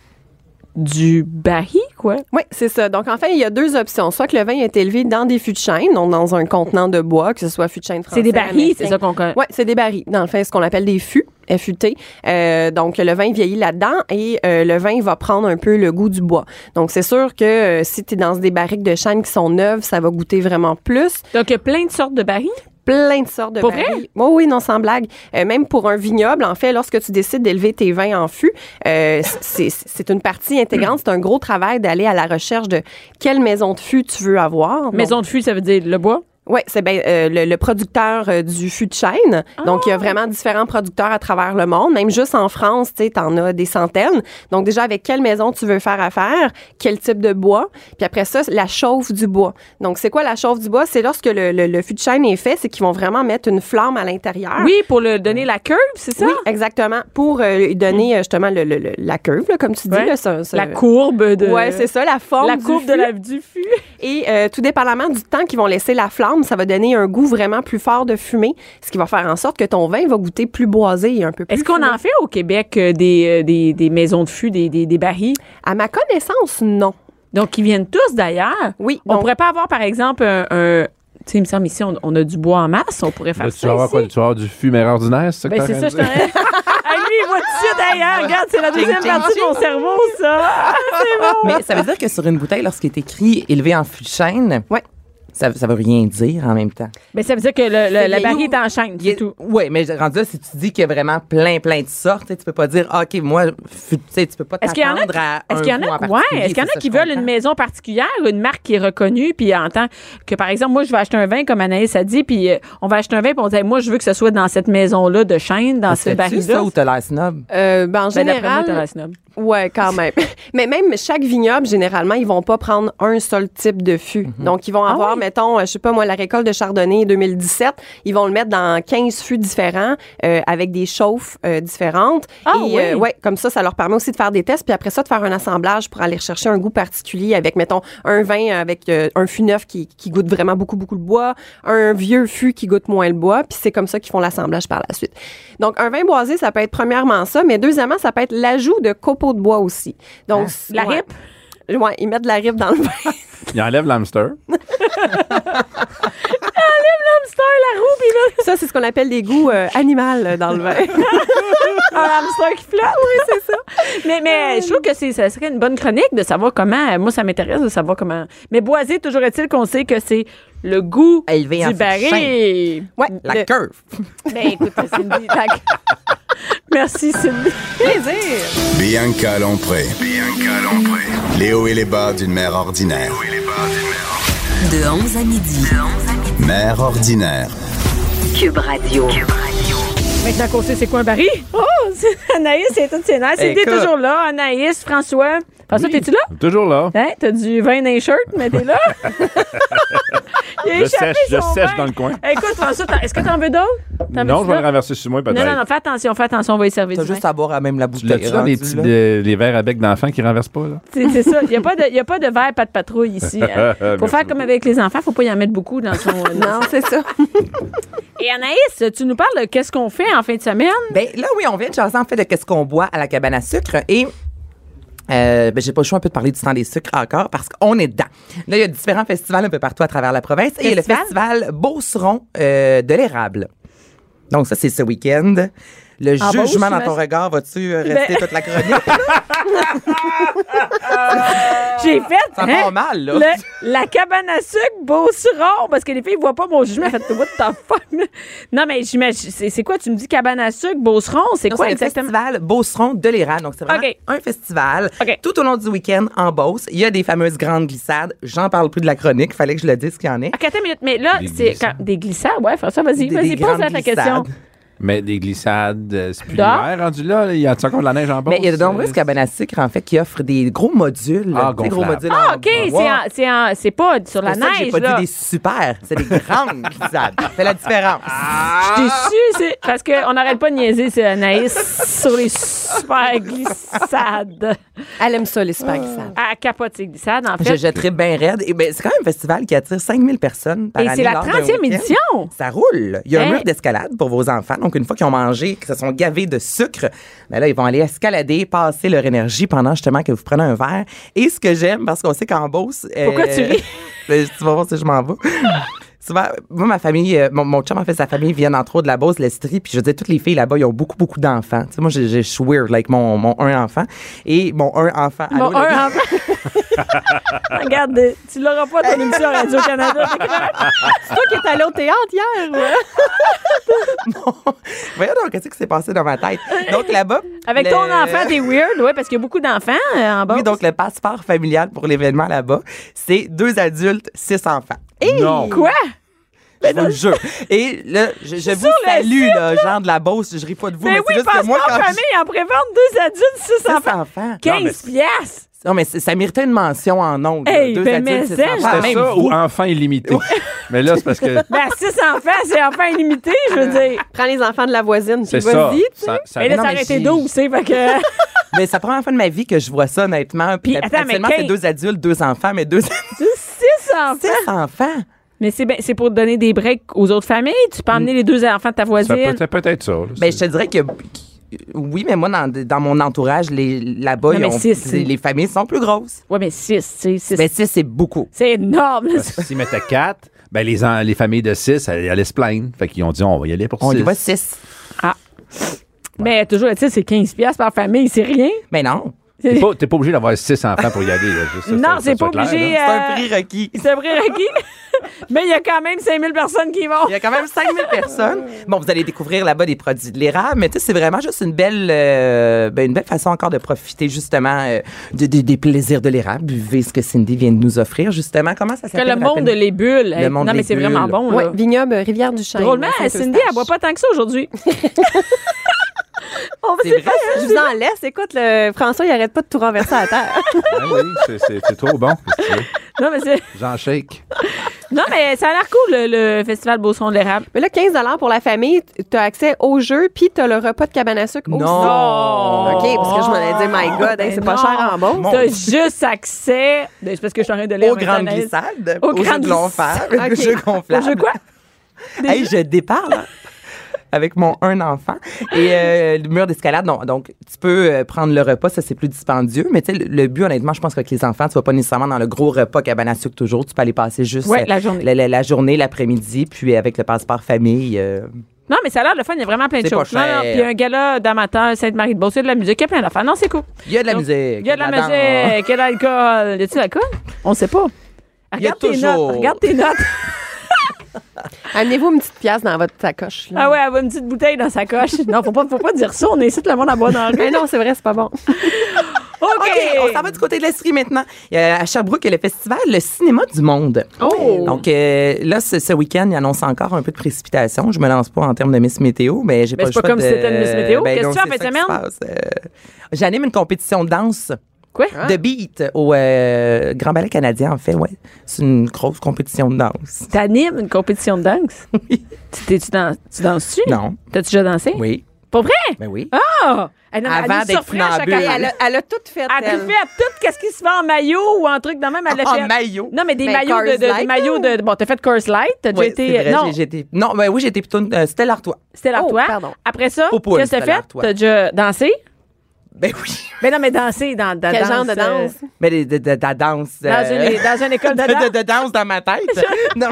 Speaker 4: du baril, quoi.
Speaker 5: Oui, c'est ça. Donc, en fait, il y a deux options. Soit que le vin est élevé dans des fûts de chêne, donc dans un contenant de bois, que ce soit fût de chêne français.
Speaker 4: C'est des barils,
Speaker 5: américain.
Speaker 4: c'est ça qu'on connaît.
Speaker 5: Oui, c'est des barils. Dans le fait, ce qu'on appelle des fûts, FUT. Donc, le vin vieillit là-dedans et le vin va prendre un peu le goût du bois. Donc, c'est sûr que si tu es dans des barriques de chêne qui sont neuves, ça va goûter vraiment plus.
Speaker 4: Donc, il y a plein de sortes de barils.
Speaker 5: Plein de sortes de
Speaker 4: Pour
Speaker 5: barils. Oh, oui, non, sans blague. Même pour un vignoble, en fait, lorsque tu décides d'élever tes vins en fût, c'est une partie intégrante. C'est un gros travail d'aller à la recherche de quelle maison de fût tu veux avoir.
Speaker 4: Maison de fût, ça veut dire le bois.
Speaker 5: Oui, c'est bien le producteur du fût de chêne. Donc, il y a vraiment différents producteurs à travers le monde. Même juste en France, tu sais, t'en as des centaines. Donc, déjà, avec quelle maison tu veux faire affaire, quel type de bois. Puis après ça, la chauffe du bois. Donc, c'est quoi la chauffe du bois? C'est lorsque le fût de chêne est fait, c'est qu'ils vont vraiment mettre une flamme à l'intérieur.
Speaker 4: Oui, pour le donner la curve, c'est ça?
Speaker 5: Oui, exactement. Pour lui donner justement la curve, là, comme tu dis.
Speaker 4: Ouais.
Speaker 5: Là,
Speaker 4: La courbe de...
Speaker 5: Oui, c'est ça, la forme
Speaker 4: La
Speaker 5: du
Speaker 4: courbe
Speaker 5: fût.
Speaker 4: du fût.
Speaker 5: Et tout dépendamment du temps qu'ils vont laisser la flamme, ça va donner un goût vraiment plus fort de fumée, ce qui va faire en sorte que ton vin va goûter plus boisé et un peu plus
Speaker 4: Est-ce qu'on
Speaker 5: fumé.
Speaker 4: en fait au Québec des maisons de fût, des barils?
Speaker 5: À ma connaissance, non.
Speaker 4: Donc, ils viennent tous d'ailleurs.
Speaker 5: Oui.
Speaker 4: On
Speaker 5: donc-
Speaker 4: pourrait pas avoir, par exemple, un tu sais, il me semble ici, on a du bois en masse. On pourrait faire
Speaker 7: Là,
Speaker 4: ça
Speaker 7: tu vas avoir
Speaker 4: ici.
Speaker 7: quoi? Tu vas avoir du fumer ordinaire, c'est ça que
Speaker 4: Ben,
Speaker 7: t'as
Speaker 4: c'est ça, je
Speaker 7: raison?
Speaker 4: t'en ai. Ah, lui, il voit tout de suite d'ailleurs. Regarde, c'est la deuxième
Speaker 6: Ching,
Speaker 4: partie de
Speaker 6: ching,
Speaker 4: mon cerveau, ça. Ah, c'est bon.
Speaker 6: mais ça veut dire que sur une bouteille, lorsqu'il est écrit élevé en fût de chêne,
Speaker 5: Ouais.
Speaker 6: ça veut rien dire en même temps.
Speaker 4: Ben, ça veut dire que la
Speaker 5: vieilli
Speaker 4: baril
Speaker 5: ou-
Speaker 4: est en chaîne, c'est tout.
Speaker 6: Oui, mais rendu là, si tu dis qu'il y a vraiment plein de sortes, tu sais, tu peux pas dire, OK, moi, tu sais, tu peux pas
Speaker 4: Est-ce qu'il y en a
Speaker 6: t'attendre à
Speaker 4: Est-ce qu'il y en
Speaker 6: un goût en
Speaker 4: a,
Speaker 6: particulier,
Speaker 4: est-ce qu'il y en
Speaker 6: c'est
Speaker 4: a
Speaker 6: ça,
Speaker 4: qui
Speaker 6: je
Speaker 4: veulent une
Speaker 6: comprends.
Speaker 4: maison particulière, une marque qui est reconnue, puis en tant que, par exemple, moi, je vais acheter un vin, comme Anaïs a dit, puis on va acheter un vin, puis on dit, moi, je veux que ce soit dans cette maison-là de chêne, dans ce
Speaker 6: Fais-tu
Speaker 4: baril-là.
Speaker 6: ça ou t'as l'air snob?
Speaker 5: En
Speaker 4: Ben, d'après moi,
Speaker 5: général,
Speaker 4: t'as la snob.
Speaker 5: ouais, quand même. Mais même chaque vignoble, généralement, ils vont pas prendre un seul type de fût. Donc, ils vont avoir,
Speaker 4: oui?
Speaker 5: mettons, je sais pas moi, la récolte de Chardonnay 2017, ils vont le mettre dans 15 fûts différents avec des chauffes différentes.
Speaker 4: Ah,
Speaker 5: Et
Speaker 4: oui?
Speaker 5: ouais, comme ça leur permet aussi de faire des tests, puis après ça, de faire un assemblage pour aller chercher un goût particulier avec, mettons, un vin avec un fût neuf qui goûte vraiment beaucoup le bois, un vieux fût qui goûte moins le bois, puis c'est comme ça qu'ils font l'assemblage par la suite. Donc, un vin boisé, ça peut être premièrement ça, mais deuxièmement, ça peut être l'ajout de copeaux de bois aussi. Donc,
Speaker 4: La
Speaker 5: ouais.
Speaker 4: ripe?
Speaker 5: Ouais, ils mettent de la ripe dans le vin.
Speaker 7: Il enlève l'hamster.
Speaker 4: Hamster, la roue, puis là,
Speaker 5: Ça, c'est ce qu'on appelle des goûts animaux dans le vin.
Speaker 4: un hamster qui flotte. Oui, c'est ça. Mais je trouve que ça serait une bonne chronique de savoir comment. Moi, ça m'intéresse de savoir comment. Mais boisé, toujours est-il qu'on sait que c'est le goût
Speaker 6: Élevé en
Speaker 4: du
Speaker 6: fût de
Speaker 4: baril.
Speaker 5: Ouais,
Speaker 6: La curve.
Speaker 4: Ben, écoute, Cindy. Merci, Cindy.
Speaker 5: plaisir.
Speaker 3: Bianca Lompré. Les hauts et les bas d'une mère ordinaire.
Speaker 2: De 11 à midi.
Speaker 3: Mère ordinaire.
Speaker 2: Cube Radio.
Speaker 4: Maintenant qu'on sait c'est quoi un baril. Oh, Anaïs, c'est toutes ses nerfs. C'était
Speaker 6: Écoute.
Speaker 4: toujours là. Anaïs, François. François, t'es-tu là?
Speaker 7: Toujours là.
Speaker 4: Hein? T'as du vin dans les shirts, mais t'es là? Il a échappé
Speaker 7: Je
Speaker 4: son
Speaker 7: sèche
Speaker 4: vin.
Speaker 7: dans le coin.
Speaker 4: Écoute, François, est-ce que t'en veux d'autres?
Speaker 7: Non, je vais le renverser sur moi, peut-être.
Speaker 4: Non, fais attention, on va y servir
Speaker 6: T'as
Speaker 4: du vin.
Speaker 6: juste à boire à même la bouteille.
Speaker 7: L'as-tu là, les
Speaker 6: rendu,
Speaker 7: petits
Speaker 6: là?
Speaker 7: les verres à bec d'enfants qui renversent pas, là?
Speaker 4: C'est ça. Il n'y a pas de verre, pas de patrouille ici. Hein. Faut
Speaker 7: Merci
Speaker 4: faire comme
Speaker 7: beaucoup.
Speaker 4: avec les enfants, faut pas y en mettre beaucoup dans son...
Speaker 5: Non, c'est ça.
Speaker 4: Et Anaïs, tu nous parles de qu'est-ce qu'on fait en fin de semaine?
Speaker 6: Ben là, oui, on vient de jaser en fait de qu'est-ce qu'on boit à la cabane à sucre et j'ai pas le choix un peu de parler du temps des sucres encore parce qu'on est dedans. Là, il y a différents festivals un peu partout à travers la province et il y a le festival Beauceron de l'érable. Donc ça, c'est ce week-end. Le
Speaker 4: En
Speaker 6: jugement
Speaker 4: Beauce,
Speaker 6: dans ton
Speaker 4: j'imagine.
Speaker 6: regard, vas-tu rester toute la chronique?
Speaker 4: J'ai fait...
Speaker 6: Ça part mal, là.
Speaker 4: La cabane à sucre Beauceron, parce que les filles ne voient pas mon jugement. Fait what the fuck? Non, mais j'imagine... C'est quoi? Tu me dis cabane à sucre Beauceron? C'est
Speaker 6: Donc,
Speaker 4: quoi
Speaker 6: c'est
Speaker 4: exactement?
Speaker 6: le festival Beauceron de l'érable. Donc, c'est vraiment
Speaker 4: OK.
Speaker 6: un festival.
Speaker 4: OK.
Speaker 6: Tout au long du week-end, en Beauce, il y a des fameuses grandes glissades. J'en parle plus de la chronique. Fallait que je le dise qu'il y en ait.
Speaker 4: OK, attends une minute. Mais là,
Speaker 7: Des
Speaker 4: c'est
Speaker 7: glissades.
Speaker 4: des glissades. Ouais, François, vas-y,
Speaker 6: Des
Speaker 4: pose la
Speaker 6: grandes
Speaker 4: question.
Speaker 6: glissades.
Speaker 7: Mais des glissades, c'est plus
Speaker 4: Dehors?
Speaker 7: l'hiver rendu là. Il y a encore de la neige en bas.
Speaker 6: Mais il y a de nombreuses cabanes à sucre, en fait, qui offrent des gros modules.
Speaker 7: Ah,
Speaker 6: Des gros
Speaker 7: gonflables.
Speaker 6: modules
Speaker 4: Ah,
Speaker 6: en
Speaker 4: OK,
Speaker 6: bois.
Speaker 4: c'est pas sur la
Speaker 6: C'est pour ça que
Speaker 4: neige,
Speaker 6: j'ai pas
Speaker 4: là.
Speaker 6: dit des super, c'est des grandes glissades. C'est la différence.
Speaker 4: Je suis déçue, c'est parce qu'on n'arrête pas de niaiser, c'est Anaïs, sur les super glissades.
Speaker 5: Elle aime ça, les super glissades.
Speaker 4: Elle capote ses glissades, en
Speaker 6: Je
Speaker 4: fait.
Speaker 6: jetterai bien raide. Et ben, c'est quand même un festival qui attire 5000 personnes par
Speaker 4: Et
Speaker 6: année.
Speaker 4: c'est la
Speaker 6: lors d'un
Speaker 4: 30e
Speaker 6: week-end.
Speaker 4: édition.
Speaker 6: Ça roule. Il y a un
Speaker 4: Hein?
Speaker 6: mur d'escalade pour vos enfants. Donc, une fois qu'ils ont mangé, qu'ils se sont gavés de sucre, ben là, ils vont aller escalader, passer leur énergie pendant justement que vous prenez un verre. Et ce que j'aime, parce qu'on sait qu'en Beauce...
Speaker 4: Pourquoi tu ris?
Speaker 6: Ben, tu vas voir si je m'en vais. Souvent, moi, ma famille, mon chum, en fait, sa famille vient entre autres de la Beauce, l'Estrie, puis je veux dire, toutes les filles là-bas, ils ont beaucoup, beaucoup d'enfants. Tu sais, moi, je suis weird, like mon un enfant. Et mon un enfant...
Speaker 4: Bon,
Speaker 6: allô, le-
Speaker 4: un enfant. Regarde, tu l'auras pas ton émission à Radio-Canada.
Speaker 5: C'est toi qui es allé au théâtre hier, ouais?
Speaker 6: Voyons donc, qu'est-ce qui s'est passé dans ma tête? Donc, là-bas...
Speaker 4: Avec
Speaker 6: le-
Speaker 4: ton enfant, t'es weird, ouais, parce qu'il y a beaucoup d'enfants en bas.
Speaker 6: Oui, donc le passeport familial pour l'événement là-bas, c'est 2 adultes, 6 enfants.
Speaker 7: Non.
Speaker 4: Quoi?
Speaker 6: Je vous le jure. Et là, je vous
Speaker 4: sur le
Speaker 6: salue, là, genre de la Beauce, je ris pas de vous,
Speaker 4: Mais
Speaker 6: mais
Speaker 4: oui,
Speaker 6: c'est juste
Speaker 4: parce
Speaker 6: que moi,
Speaker 4: qu'en
Speaker 6: quand
Speaker 4: famille, en prévente, 2 adultes, 6
Speaker 6: je...
Speaker 4: enfants.
Speaker 6: enfants.
Speaker 4: 15 piastres.
Speaker 6: Non, mais ça méritait une mention en ondes.
Speaker 4: Hey,
Speaker 6: 2
Speaker 4: ben,
Speaker 6: adultes,
Speaker 4: mais
Speaker 6: 6
Speaker 4: ça,
Speaker 6: enfants.
Speaker 7: C'était
Speaker 6: Même
Speaker 7: ça
Speaker 6: vous.
Speaker 7: ou enfant illimité. Mais là, c'est parce que
Speaker 4: Ben, 6 enfants, c'est enfant illimité, je veux dire.
Speaker 5: Prends les enfants de la voisine,
Speaker 7: c'est
Speaker 5: puis
Speaker 7: ça.
Speaker 5: vas-y.
Speaker 4: Mais là,
Speaker 6: non,
Speaker 4: ça
Speaker 6: mais
Speaker 4: aurait été
Speaker 6: j'ai-
Speaker 4: 12, c'est fait que...
Speaker 6: Mais c'est la première fois de ma vie que je vois ça, honnêtement.
Speaker 4: Puis,
Speaker 6: Puis,
Speaker 4: attends, mais
Speaker 6: habituellement, c'est 2 adultes, 2 enfants, mais 2
Speaker 4: 6 enfants.
Speaker 6: 6 enfants.
Speaker 4: Mais c'est pour donner des breaks aux autres familles. Tu peux emmener les 2 enfants de ta
Speaker 7: ça
Speaker 4: voisine.
Speaker 7: peut être ça. là.
Speaker 6: Ben, je te dirais que oui, mais moi, dans mon entourage, là-bas,
Speaker 4: Non, mais
Speaker 6: les familles sont plus grosses.
Speaker 4: Ouais, mais 6, tu sais. 6.
Speaker 6: Ben, 6, c'est beaucoup.
Speaker 4: C'est énorme, là.
Speaker 7: Parce que s'ils mettaient 4, ben les familles de 6 allaient se plaindre. Fait qu'ils ont dit, on va y aller pour 6.
Speaker 6: On y va 6.
Speaker 4: Mais toujours, tu sais, c'est 15 piastres par famille, c'est rien.
Speaker 6: Mais non.
Speaker 7: T'es pas obligé d'avoir 6 enfants pour y aller. Là. Juste ça,
Speaker 4: Non,
Speaker 7: ça
Speaker 4: c'est pas
Speaker 7: soit clair,
Speaker 4: obligé.
Speaker 7: là.
Speaker 6: C'est un prix requis.
Speaker 4: C'est un prix requis. Mais il y a quand même 5000 personnes qui vont.
Speaker 6: Il y a quand même 5000 personnes. Bon, vous allez découvrir là-bas des produits de l'érable, mais tu sais, c'est vraiment juste une belle façon encore de profiter justement des plaisirs de l'érable. Buvez ce que Cindy vient de nous offrir, justement. Comment ça
Speaker 4: Que
Speaker 6: s'appelle?
Speaker 4: le monde de les bulles.
Speaker 6: Le monde
Speaker 4: non, mais
Speaker 6: des
Speaker 4: c'est vraiment
Speaker 6: bulles.
Speaker 4: bon,
Speaker 5: Oui,
Speaker 4: là.
Speaker 5: vignoble Rivière-du-Chêne.
Speaker 4: Drôlement,
Speaker 5: Saint-Eustache.
Speaker 4: Cindy, elle boit pas tant que ça aujourd'hui.
Speaker 6: C'est vrai.
Speaker 5: Je vous en laisse. Écoute, François, il arrête pas de tout renverser à terre.
Speaker 7: Ah oui, c'est trop bon. Qu'est-ce que tu veux?
Speaker 4: Non, mais c'est...
Speaker 7: J'en shake.
Speaker 4: Non, mais ça a l'air cool, le Festival Beauceron de l'érable.
Speaker 5: Mais là, 15 $ pour la famille, tu as accès au jeu, puis tu as le repas de cabane à sucre aussi.
Speaker 6: Non.
Speaker 5: OK, parce que je m'en ai dit, my God, hein, c'est pas
Speaker 4: non.
Speaker 5: cher en bon.
Speaker 6: Mon
Speaker 4: T'as
Speaker 6: Dieu.
Speaker 4: juste accès... C'est parce que je suis en train de lire.
Speaker 6: Aux grandes
Speaker 4: Anaïs.
Speaker 6: glissades,
Speaker 4: Aux
Speaker 6: aux jeux
Speaker 4: grandes
Speaker 6: de l'enfer,
Speaker 5: glissades.
Speaker 6: aux jeux
Speaker 4: Au
Speaker 6: gonflables.
Speaker 4: jeu quoi?
Speaker 6: Hey, je déparle hein, avec mon un enfant. Et le mur d'escalade, non. Donc, tu peux prendre le repas, ça, c'est plus dispendieux. Mais tu sais, le but, honnêtement, je pense qu'avec les enfants, tu vas pas nécessairement dans le gros repas cabane à sucre toujours. Tu peux aller passer juste
Speaker 4: Ouais, la journée.
Speaker 6: la journée, l'après-midi, puis avec le passeport famille.
Speaker 4: Non, mais ça a l'air le fun. Il y a vraiment plein de
Speaker 6: C'est pas
Speaker 4: choses. Non,
Speaker 6: cher.
Speaker 4: non, puis il y a un gala d'amateurs Sainte-Marie-de-Beauce. Il y a de la musique, il y a plein d'affaires. Non, c'est cool.
Speaker 6: Il y a de la
Speaker 4: Donc,
Speaker 6: musique.
Speaker 4: Il y a de la
Speaker 6: danse.
Speaker 4: musique, il y a de l'alcool. Y a-tu de l'alcool? On ne sait pas.
Speaker 6: Il y a
Speaker 4: Regarde tes
Speaker 6: toujours.
Speaker 4: notes. Regarde tes notes.
Speaker 5: Amenez-vous une petite pièce dans votre sacoche. Là.
Speaker 4: Ah ouais, elle a une petite bouteille dans sa coche. Non, faut pas dire ça. On incite le monde à boire dans le
Speaker 5: Mais non, c'est vrai, c'est pas bon.
Speaker 6: OK, on s'en va du côté de l'Estrie maintenant. À Sherbrooke, il y a le festival Le Cinéma du Monde.
Speaker 4: Oh!
Speaker 6: Donc là, ce week-end, il annonce encore un peu de précipitation. Je me lance pas en termes de Miss Météo, mais j'ai pas le choix
Speaker 4: c'est pas comme si c'était une Miss Météo. Qu'est-ce que tu fais en fin de
Speaker 6: semaine? J'anime une compétition de danse.
Speaker 4: Quoi?
Speaker 6: De beat au Grand Ballet canadien, en fait, ouais. C'est une grosse compétition de danse.
Speaker 4: T'animes une compétition de danse?
Speaker 6: Oui.
Speaker 4: Tu danses-tu?
Speaker 6: Non.
Speaker 4: T'as-tu déjà dansé?
Speaker 6: Oui.
Speaker 4: Pas vrai?
Speaker 6: Ben oui.
Speaker 4: Ah! Elle
Speaker 6: Avant d'être funambule.
Speaker 5: Elle a tout fait,
Speaker 4: Elle a tout fait tout qu'est-ce qui se fait en maillot ou en truc de même. Elle l'a fait.
Speaker 6: En maillot.
Speaker 4: Non, mais des
Speaker 5: Ben,
Speaker 4: maillots
Speaker 5: Coors
Speaker 4: des
Speaker 5: Light,
Speaker 4: maillots de. Bon, t'as fait Coors Light. T'as déjà
Speaker 6: Ouais,
Speaker 4: été.
Speaker 6: c'est vrai,
Speaker 4: Non,
Speaker 6: Non, ben oui, j'ai été plutôt Stella Artois.
Speaker 4: c'était l'Artois.
Speaker 5: pardon.
Speaker 4: Après ça,
Speaker 6: Popoule,
Speaker 4: qu'est-ce que t'as
Speaker 6: c'était
Speaker 4: fait?
Speaker 6: l'Artois.
Speaker 4: T'as déjà dansé?
Speaker 6: Ben oui.
Speaker 4: Ben non, mais danser dans la
Speaker 5: Quel
Speaker 4: danse.
Speaker 5: genre de danse?
Speaker 6: Mais de la danse.
Speaker 4: Dans une école de danse.
Speaker 6: de danse dans ma tête. Non.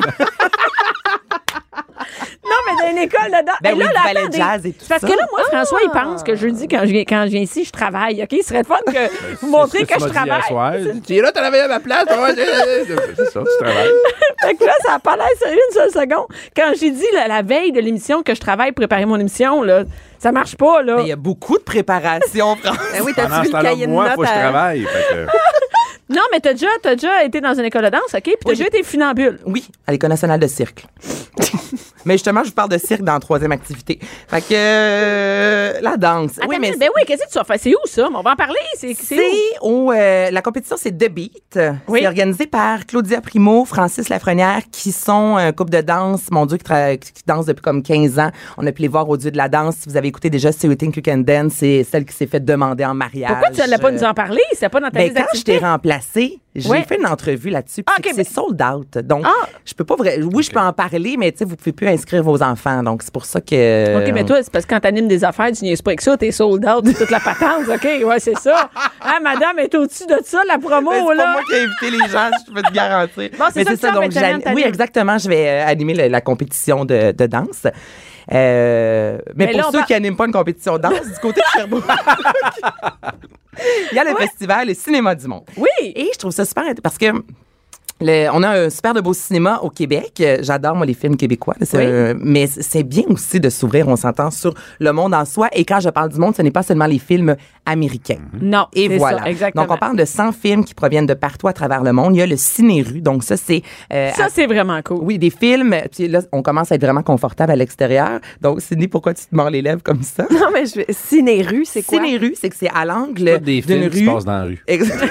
Speaker 4: Non, mais dans une école de danse.
Speaker 6: Ben
Speaker 4: Mais
Speaker 6: oui, du ballet
Speaker 4: attendez.
Speaker 6: jazz et tout
Speaker 4: C'est parce
Speaker 6: ça.
Speaker 4: que là, moi, François, il pense que jeudi, quand je viens ici, je travaille. OK? Il serait fun que vous montriez que je travaille.
Speaker 7: Tu es là, t'as travaillé à ma place. C'est ça, tu travailles.
Speaker 4: Fait que là, ça n'a pas l'air sérieux une seule seconde. Quand j'ai dit la veille de l'émission que je travaille pour préparer mon émission, là, ça marche pas, là.
Speaker 6: Mais il y a beaucoup de préparation, France.
Speaker 5: Ben oui,
Speaker 7: Pendant
Speaker 5: t'as-tu
Speaker 7: ce
Speaker 5: vu le
Speaker 7: temps-là,
Speaker 5: cahier de
Speaker 7: moi, il
Speaker 5: notes?
Speaker 7: faut que je travaille. Fait que-
Speaker 4: Non, mais t'as déjà été dans une école de danse, OK? Puis t'as déjà été funambule.
Speaker 6: Oui, à l'École nationale de cirque. Mais justement, je vous parle de cirque dans la troisième activité. Fait que la danse.
Speaker 4: Attends, ben oui, qu'est-ce que tu vas faire? C'est où, ça? On va en parler. C'est où?
Speaker 6: La compétition, c'est The Beat.
Speaker 4: Oui.
Speaker 6: C'est organisé par Claudia Primo, Francis Lafrenière, qui sont un couple de danse, mon Dieu, qui dansent depuis comme 15 ans. On a pu les voir au Dieu de la danse. Si vous avez écouté déjà So You Think You Can Dance, c'est celle qui s'est fait demander en mariage.
Speaker 4: Pourquoi tu n'allais pas nous en parler? C'est pas dans ta
Speaker 6: Ben,
Speaker 4: liste
Speaker 6: quand je t'ai
Speaker 4: d'activités?
Speaker 6: remplacée, j'ai
Speaker 4: Ouais.
Speaker 6: fait une entrevue là-dessus.
Speaker 4: Ah,
Speaker 6: puis
Speaker 4: ok,
Speaker 6: c'est sold out. Donc,
Speaker 4: Ah.
Speaker 6: je peux pas Oui, je peux en parler, mais tu sais, vous pouvez plus inscrire vos enfants. Donc, c'est pour ça que.
Speaker 4: OK, mais toi, c'est parce que quand t'animes des affaires, tu niaises pas avec ça, t'es sold out, c'est toute la patente. OK, ouais, c'est ça. Hein, madame est au-dessus de ça, la promo,
Speaker 6: Mais c'est
Speaker 4: là.
Speaker 6: pas moi qui ai invité les gens, je peux te garantir.
Speaker 4: Bon, c'est
Speaker 6: Mais
Speaker 4: ça que tu fais en fin de semaine,
Speaker 6: oui,
Speaker 4: t'animes.
Speaker 6: exactement. Je vais animer la compétition de danse. Mais
Speaker 4: là,
Speaker 6: pour
Speaker 4: on
Speaker 6: ceux
Speaker 4: va-
Speaker 6: qui n'animent pas une compétition de danse, du côté de Sherbrooke, il y a le festival Le Cinéma du Monde.
Speaker 4: Oui.
Speaker 6: Et je trouve ça super intéressant parce que on a un super de beau cinéma au Québec. J'adore, moi, les films québécois. Là, mais c'est bien aussi de s'ouvrir, on s'entend, sur le monde en soi. Et quand je parle du monde, ce n'est pas seulement les films américains.
Speaker 4: Non,
Speaker 6: Et
Speaker 4: c'est
Speaker 6: voilà.
Speaker 4: ça, exactement.
Speaker 6: Donc, on parle de 100 films qui proviennent de partout à travers le monde. Il y a le Ciné-Rue. Donc, ça, c'est...
Speaker 4: Ça, c'est vraiment cool.
Speaker 6: oui, des films. Puis là, on commence à être vraiment confortable à l'extérieur. Donc, Sydney, pourquoi tu te mords les lèvres comme ça?
Speaker 5: Non, mais Ciné-Rue, c'est quoi?
Speaker 6: Ciné-Rue, c'est que c'est à l'angle
Speaker 7: Tous des
Speaker 6: d'une
Speaker 7: films qui se
Speaker 6: rue.
Speaker 7: passent dans la rue.
Speaker 6: Exact.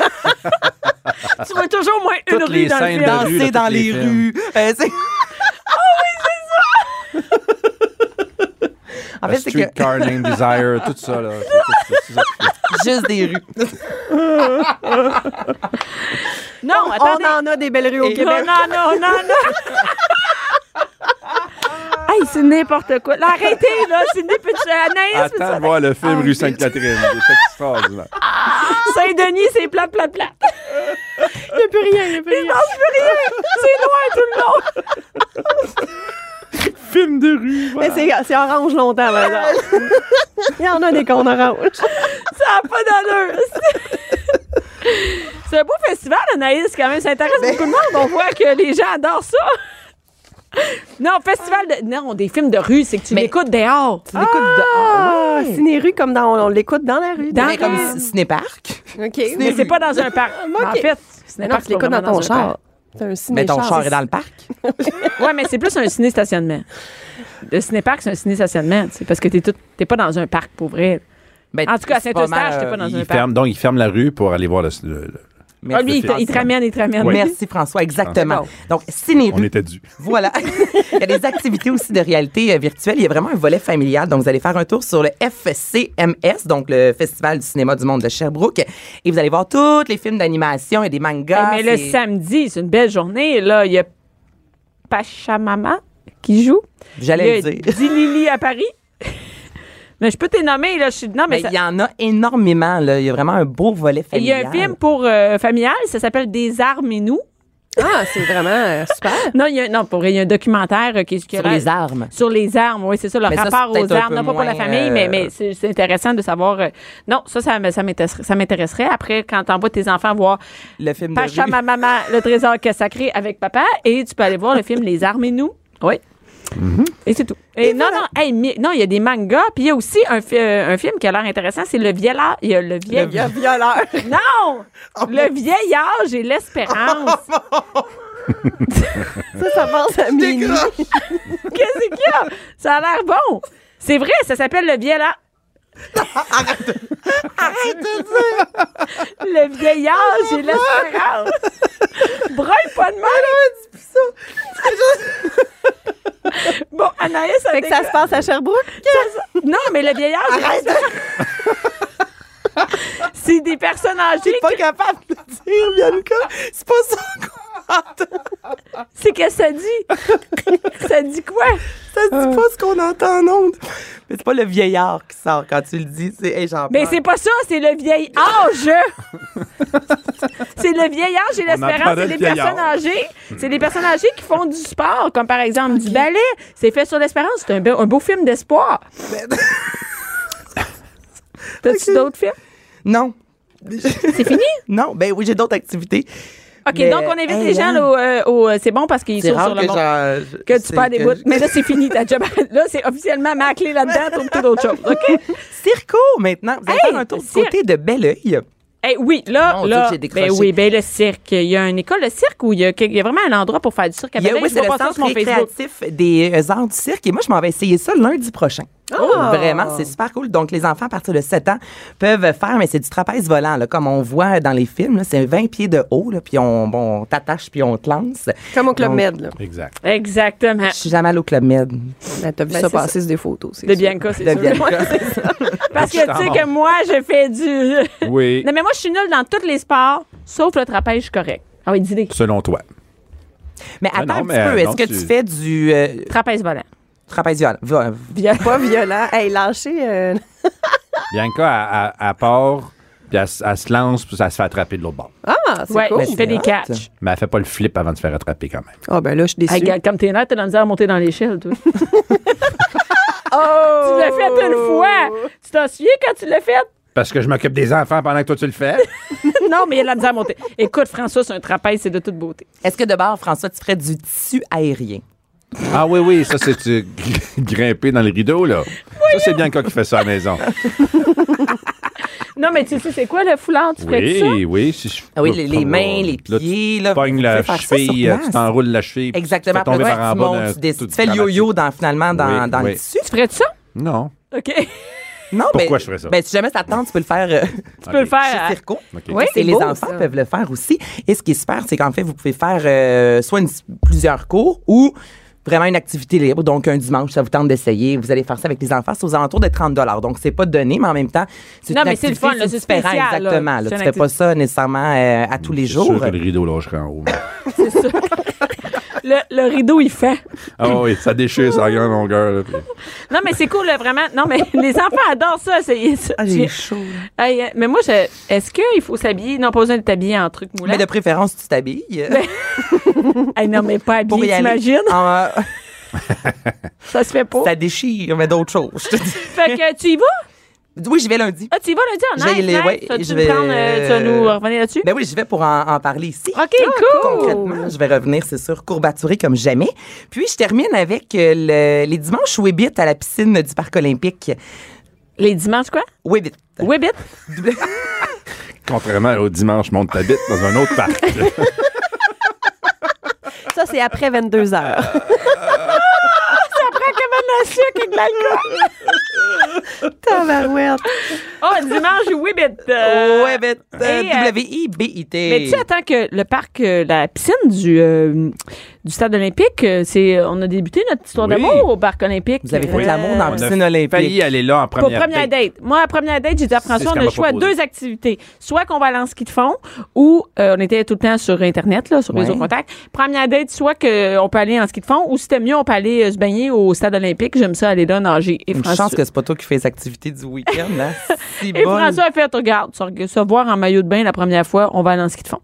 Speaker 4: Tu vois toujours au moins une
Speaker 7: Toutes
Speaker 4: rue
Speaker 7: les
Speaker 4: dans le
Speaker 7: scènes
Speaker 4: film.
Speaker 7: de rue,
Speaker 6: Danser
Speaker 7: là,
Speaker 6: dans
Speaker 7: tous
Speaker 6: les
Speaker 7: les films.
Speaker 6: rues. En fait, c'est
Speaker 7: Street
Speaker 6: que
Speaker 7: Car Named Desire, tout ça, là. C'est ça qui fait.
Speaker 6: juste des rues.
Speaker 4: Non,
Speaker 5: On
Speaker 4: attendez.
Speaker 5: en a des belles rues au
Speaker 6: Et-
Speaker 5: Québec.
Speaker 4: Non. Hey, c'est n'importe quoi. Là, arrêtez, là. C'est Anaïs,
Speaker 7: Attends de voir le film Rue Sainte-Catherine. C'est extraordinaire.
Speaker 4: Saint-Denis, c'est plat. Il n'y a plus rien, Il ne mange plus rien. C'est loin tout le long.
Speaker 7: Film de rue,
Speaker 5: Mais
Speaker 7: voilà.
Speaker 5: c'est orange longtemps, maintenant. Il y en a des cons orange.
Speaker 4: Ça n'a pas d'allure. C'est un beau festival, Anaïs, quand même. Ça intéresse beaucoup de monde. On voit que les gens adorent ça. Non, festival de... Non, des films de rue, c'est que tu
Speaker 6: Mais-
Speaker 4: l'écoutes dehors.
Speaker 6: Tu l'écoutes
Speaker 5: Ah, Ciné-Rue, comme on l'écoute dans la rue.
Speaker 4: Dans
Speaker 6: mais
Speaker 4: la
Speaker 6: comme
Speaker 4: rue.
Speaker 6: Cinéparc.
Speaker 5: OK.
Speaker 4: Mais c'est pas dans un parc. En fait, ce
Speaker 5: Mais
Speaker 4: n'est
Speaker 5: non,
Speaker 4: pas
Speaker 5: tu l'écoutes dans ton char. C'est un
Speaker 6: Mais
Speaker 5: ciné-char.
Speaker 6: ton char est dans le parc.
Speaker 4: Ouais, mais c'est plus un ciné-stationnement. Le cinéparc, c'est un ciné-stationnement, tu sais, parce que t'es pas dans un parc, pour vrai.
Speaker 6: Ben,
Speaker 4: En tout cas, à
Speaker 6: c'est pas
Speaker 4: Saint-Eustache,
Speaker 6: mal,
Speaker 4: t'es pas dans un
Speaker 7: Il
Speaker 4: parc.
Speaker 7: ferme, donc, il ferme la rue pour aller voir le
Speaker 6: Merci,
Speaker 4: Ah, lui, il te ramène,
Speaker 7: Oui.
Speaker 6: Merci, François. Exactement.
Speaker 5: Bon.
Speaker 6: Donc, Ciné-Rue.
Speaker 7: On était dû.
Speaker 6: Voilà. Il y a des activités aussi de réalité virtuelle. Il y a vraiment un volet familial. Donc, vous allez faire un tour sur le FCMS, donc le Festival du cinéma du monde de Sherbrooke. Et vous allez voir tous les films d'animation et des mangas.
Speaker 4: Hey, mais le
Speaker 6: C'est-
Speaker 4: samedi, c'est une belle journée. Là, il y a Pachamama qui joue.
Speaker 6: J'allais
Speaker 4: Il y
Speaker 6: le
Speaker 4: a
Speaker 6: dire.
Speaker 4: Dilili à Paris. Mais je peux t'es nommer, là. Non, mais
Speaker 6: Mais il y en a énormément. Là. Il y a vraiment un beau volet
Speaker 4: il y a
Speaker 6: familial.
Speaker 4: un film pour familial, ça s'appelle Des armes et nous.
Speaker 5: Ah, c'est vraiment super.
Speaker 4: Non, pour vrai, il y a un documentaire qui
Speaker 6: Sur les armes.
Speaker 4: Sur les armes, oui, c'est ça, le
Speaker 6: Mais ça,
Speaker 4: rapport
Speaker 6: c'est
Speaker 4: aux
Speaker 6: peut-être un
Speaker 4: armes.
Speaker 6: peu
Speaker 4: Non, pas pour la
Speaker 6: moins,
Speaker 4: famille, mais c'est intéressant de savoir. Non, ça m'intéresserait. Après, quand t'envoies tes enfants voir
Speaker 6: Le film de
Speaker 4: Pacha,
Speaker 6: rue.
Speaker 4: ma maman, le trésor que sacré avec papa, et tu peux aller voir le film Les armes et nous. Oui. Et c'est tout. Et non, il y a des mangas, puis il y a aussi un film qui a l'air intéressant, c'est Le Vieillard. Il y a Le Vieillard. Non! Le vieil âge et l'espérance.
Speaker 5: Ça passe à minuit.
Speaker 4: Qu'est-ce qu'il y a? Ça a l'air bon. C'est vrai, ça s'appelle Le Vieillard. Arrête de dire! Le vieil âge et l'espérance. Broye pas de mal. Bon, Anaïs,
Speaker 5: fait que ça se passe à Sherbrooke?
Speaker 4: Non, mais le vieil âge et l'espérance. C'est des personnes âgées.
Speaker 6: Je suis pas capable de le dire, Bianca. C'est pas ça qu'on entend.
Speaker 4: C'est que ça dit. Ça dit quoi?
Speaker 6: Ça dit pas ce qu'on entend en ondes. Mais c'est pas le vieillard qui sort quand tu le dis. C'est
Speaker 4: mais c'est pas ça, c'est le vieil âge. C'est le vieil âge et l'espérance. C'est des personnes âgées. C'est des personnes âgées qui font du sport, comme par exemple du ballet. C'est fait sur l'espérance. C'est un beau film d'espoir. T'as-tu d'autres films?
Speaker 6: Non.
Speaker 4: C'est fini?
Speaker 6: Non. Ben oui, j'ai d'autres activités.
Speaker 4: OK, mais, donc on invite les gens au c'est bon parce qu'ils sont sur le monde. Que tu perds des bouts. Mais là, c'est fini ta job. Là, c'est officiellement ma clé là-dedans, trouve tout d'autres choses. OK?
Speaker 6: Circo, maintenant. Vous allez faire un tour du côté de Belleuil.
Speaker 4: Oui, là, le cirque. Il y a une école de cirque où il y a vraiment un endroit pour faire du cirque à Belleuil.
Speaker 6: Oui, c'est le centre récréatif des arts du cirque. Et moi, je m'en vais essayer ça lundi prochain. Vraiment, c'est super cool. Donc, les enfants à partir de 7 ans peuvent faire, mais c'est du trapèze volant, là, comme on voit dans les films. Là, c'est 20 pieds de haut, là, puis on t'attache, puis on te lance.
Speaker 5: Comme au Club Med. Là.
Speaker 7: Exact.
Speaker 4: Exactement.
Speaker 6: Je suis jamais allée au Club Med.
Speaker 5: Ben, t'as vu ça passer sur des photos.
Speaker 4: De Bianca, c'est sûr. C'est ça. Parce que tu sais que moi, je fais du...
Speaker 7: Oui.
Speaker 4: Non, mais moi, je suis nulle dans tous les sports, sauf le trapèze, je suis correct. Ah oui, dis-le.
Speaker 7: Selon toi.
Speaker 6: Mais attends un petit peu. Est-ce que tu fais du...
Speaker 4: Trapèze volant.
Speaker 6: Trapèze violent.
Speaker 5: Pas violent. Hey, lâcher...
Speaker 7: Bianca, elle part, puis elle se lance, puis elle se fait attraper de l'autre bord.
Speaker 5: Ah, c'est cool.
Speaker 4: Je fais des catchs.
Speaker 7: Mais elle fait pas le flip avant de se faire attraper quand même.
Speaker 5: Ah, ben là, je suis déçue.
Speaker 4: Hey, comme t'es là, t'as dans le à monter dans l'échelle, toi. Tu l'as fait une fois. Tu t'en souviens quand tu l'as fait?
Speaker 7: Parce que je m'occupe des enfants pendant que toi, tu le fais.
Speaker 4: Non, mais il y a de la misère à monter. Écoute, François, c'est un trapèze, c'est de toute beauté.
Speaker 6: Est-ce que de bord, François, tu ferais du tissu aérien?
Speaker 7: Ah oui, ça, c'est grimper dans le rideau, là. Ça, c'est Bianca qui fait ça à la maison.
Speaker 4: Non, mais tu sais, c'est quoi le foulard? Tu ferais ça?
Speaker 7: Oui. Si
Speaker 6: les mains, les pieds.
Speaker 7: Là, tu pognes la cheville, tu t'enroules la cheville.
Speaker 6: Exactement.
Speaker 7: Tu fais tomber par en bas.
Speaker 6: Tu fais le yo-yo dans le tissu.
Speaker 4: Tu ferais ça?
Speaker 7: Non.
Speaker 4: OK.
Speaker 6: Non,
Speaker 7: pourquoi je ferais ça?
Speaker 6: Ben, si jamais ça te tente, tu peux le faire.
Speaker 4: Tu peux le faire
Speaker 6: chez Circo.
Speaker 7: Okay.
Speaker 6: Oui, et les enfants peuvent le faire aussi. Et ce qui est super, c'est qu'en fait, vous pouvez faire soit plusieurs cours ou vraiment une activité libre. Donc, un dimanche, ça vous tente d'essayer. Vous allez faire ça avec les enfants. C'est aux alentours de 30 $. Donc, c'est pas donné, mais en même temps, c'est
Speaker 4: non,
Speaker 6: une
Speaker 4: mais c'est le fun, là, c'est spécial.
Speaker 6: Exactement. Là, tu fais pas ça nécessairement à tous les jours.
Speaker 7: C'est sûr que le rideau lâcherait en haut.
Speaker 4: C'est ça. Le rideau, il fait.
Speaker 7: Ah oui, ça déchire sa grande longueur. Là, puis...
Speaker 4: Non, mais c'est cool, là, vraiment. Non, mais les enfants adorent ça, essayer ça.
Speaker 6: Ah, j'ai chaud.
Speaker 4: Mais moi, est-ce qu'il faut s'habiller? Non, pas besoin de t'habiller en truc moulant.
Speaker 6: Mais de préférence, tu t'habilles.
Speaker 4: Non, mais pas habillé, t'imagines? Ça se fait pas.
Speaker 6: Ça déchire, mais d'autres choses, je te dis.
Speaker 4: Fait que tu y vas?
Speaker 6: Oui, j'y vais lundi.
Speaker 4: Ah, tu y vas lundi? Tu vas nous revenir là-dessus?
Speaker 6: Ben oui, j'y vais pour en parler ici.
Speaker 4: OK, cool.
Speaker 6: Concrètement, je vais revenir, c'est sûr, courbaturé comme jamais. Puis, je termine avec les dimanches Webbit à la piscine du Parc olympique.
Speaker 4: Les dimanches quoi?
Speaker 6: Webbit.
Speaker 4: Webbit?
Speaker 7: Contrairement au dimanche, monte ta bite dans un autre parc.
Speaker 5: Ça, c'est après 22 heures.
Speaker 4: Ça prend comme un sucre avec de l'alcool.
Speaker 5: Tabarouette.
Speaker 4: Oh, dimanche, Webbit.
Speaker 6: Webbit. W-I-B-I-T.
Speaker 4: Mais tu sais, attends que le parc, la piscine du stade olympique, on a débuté notre histoire d'amour au parc olympique.
Speaker 6: Vous avez fait de l'amour dans la piscine olympique.
Speaker 7: Failli aller là en première date.
Speaker 4: Moi, à première date, j'ai dit à François, on a le choix de 2 activités. Soit qu'on va aller en ski de fond, ou on était tout le temps sur Internet, là, sur Réseau Contact. Première date, soit qu'on peut aller en ski de fond, ou si c'était mieux, on peut aller se baigner au stade olympique. J'aime ça aller là nager. Et
Speaker 6: une chance que c'est pas toi qui fais les activités du week-end, hein?
Speaker 4: Et François a fait, regarde, se voir en maillot de bain la première fois, on va aller en ski de fond.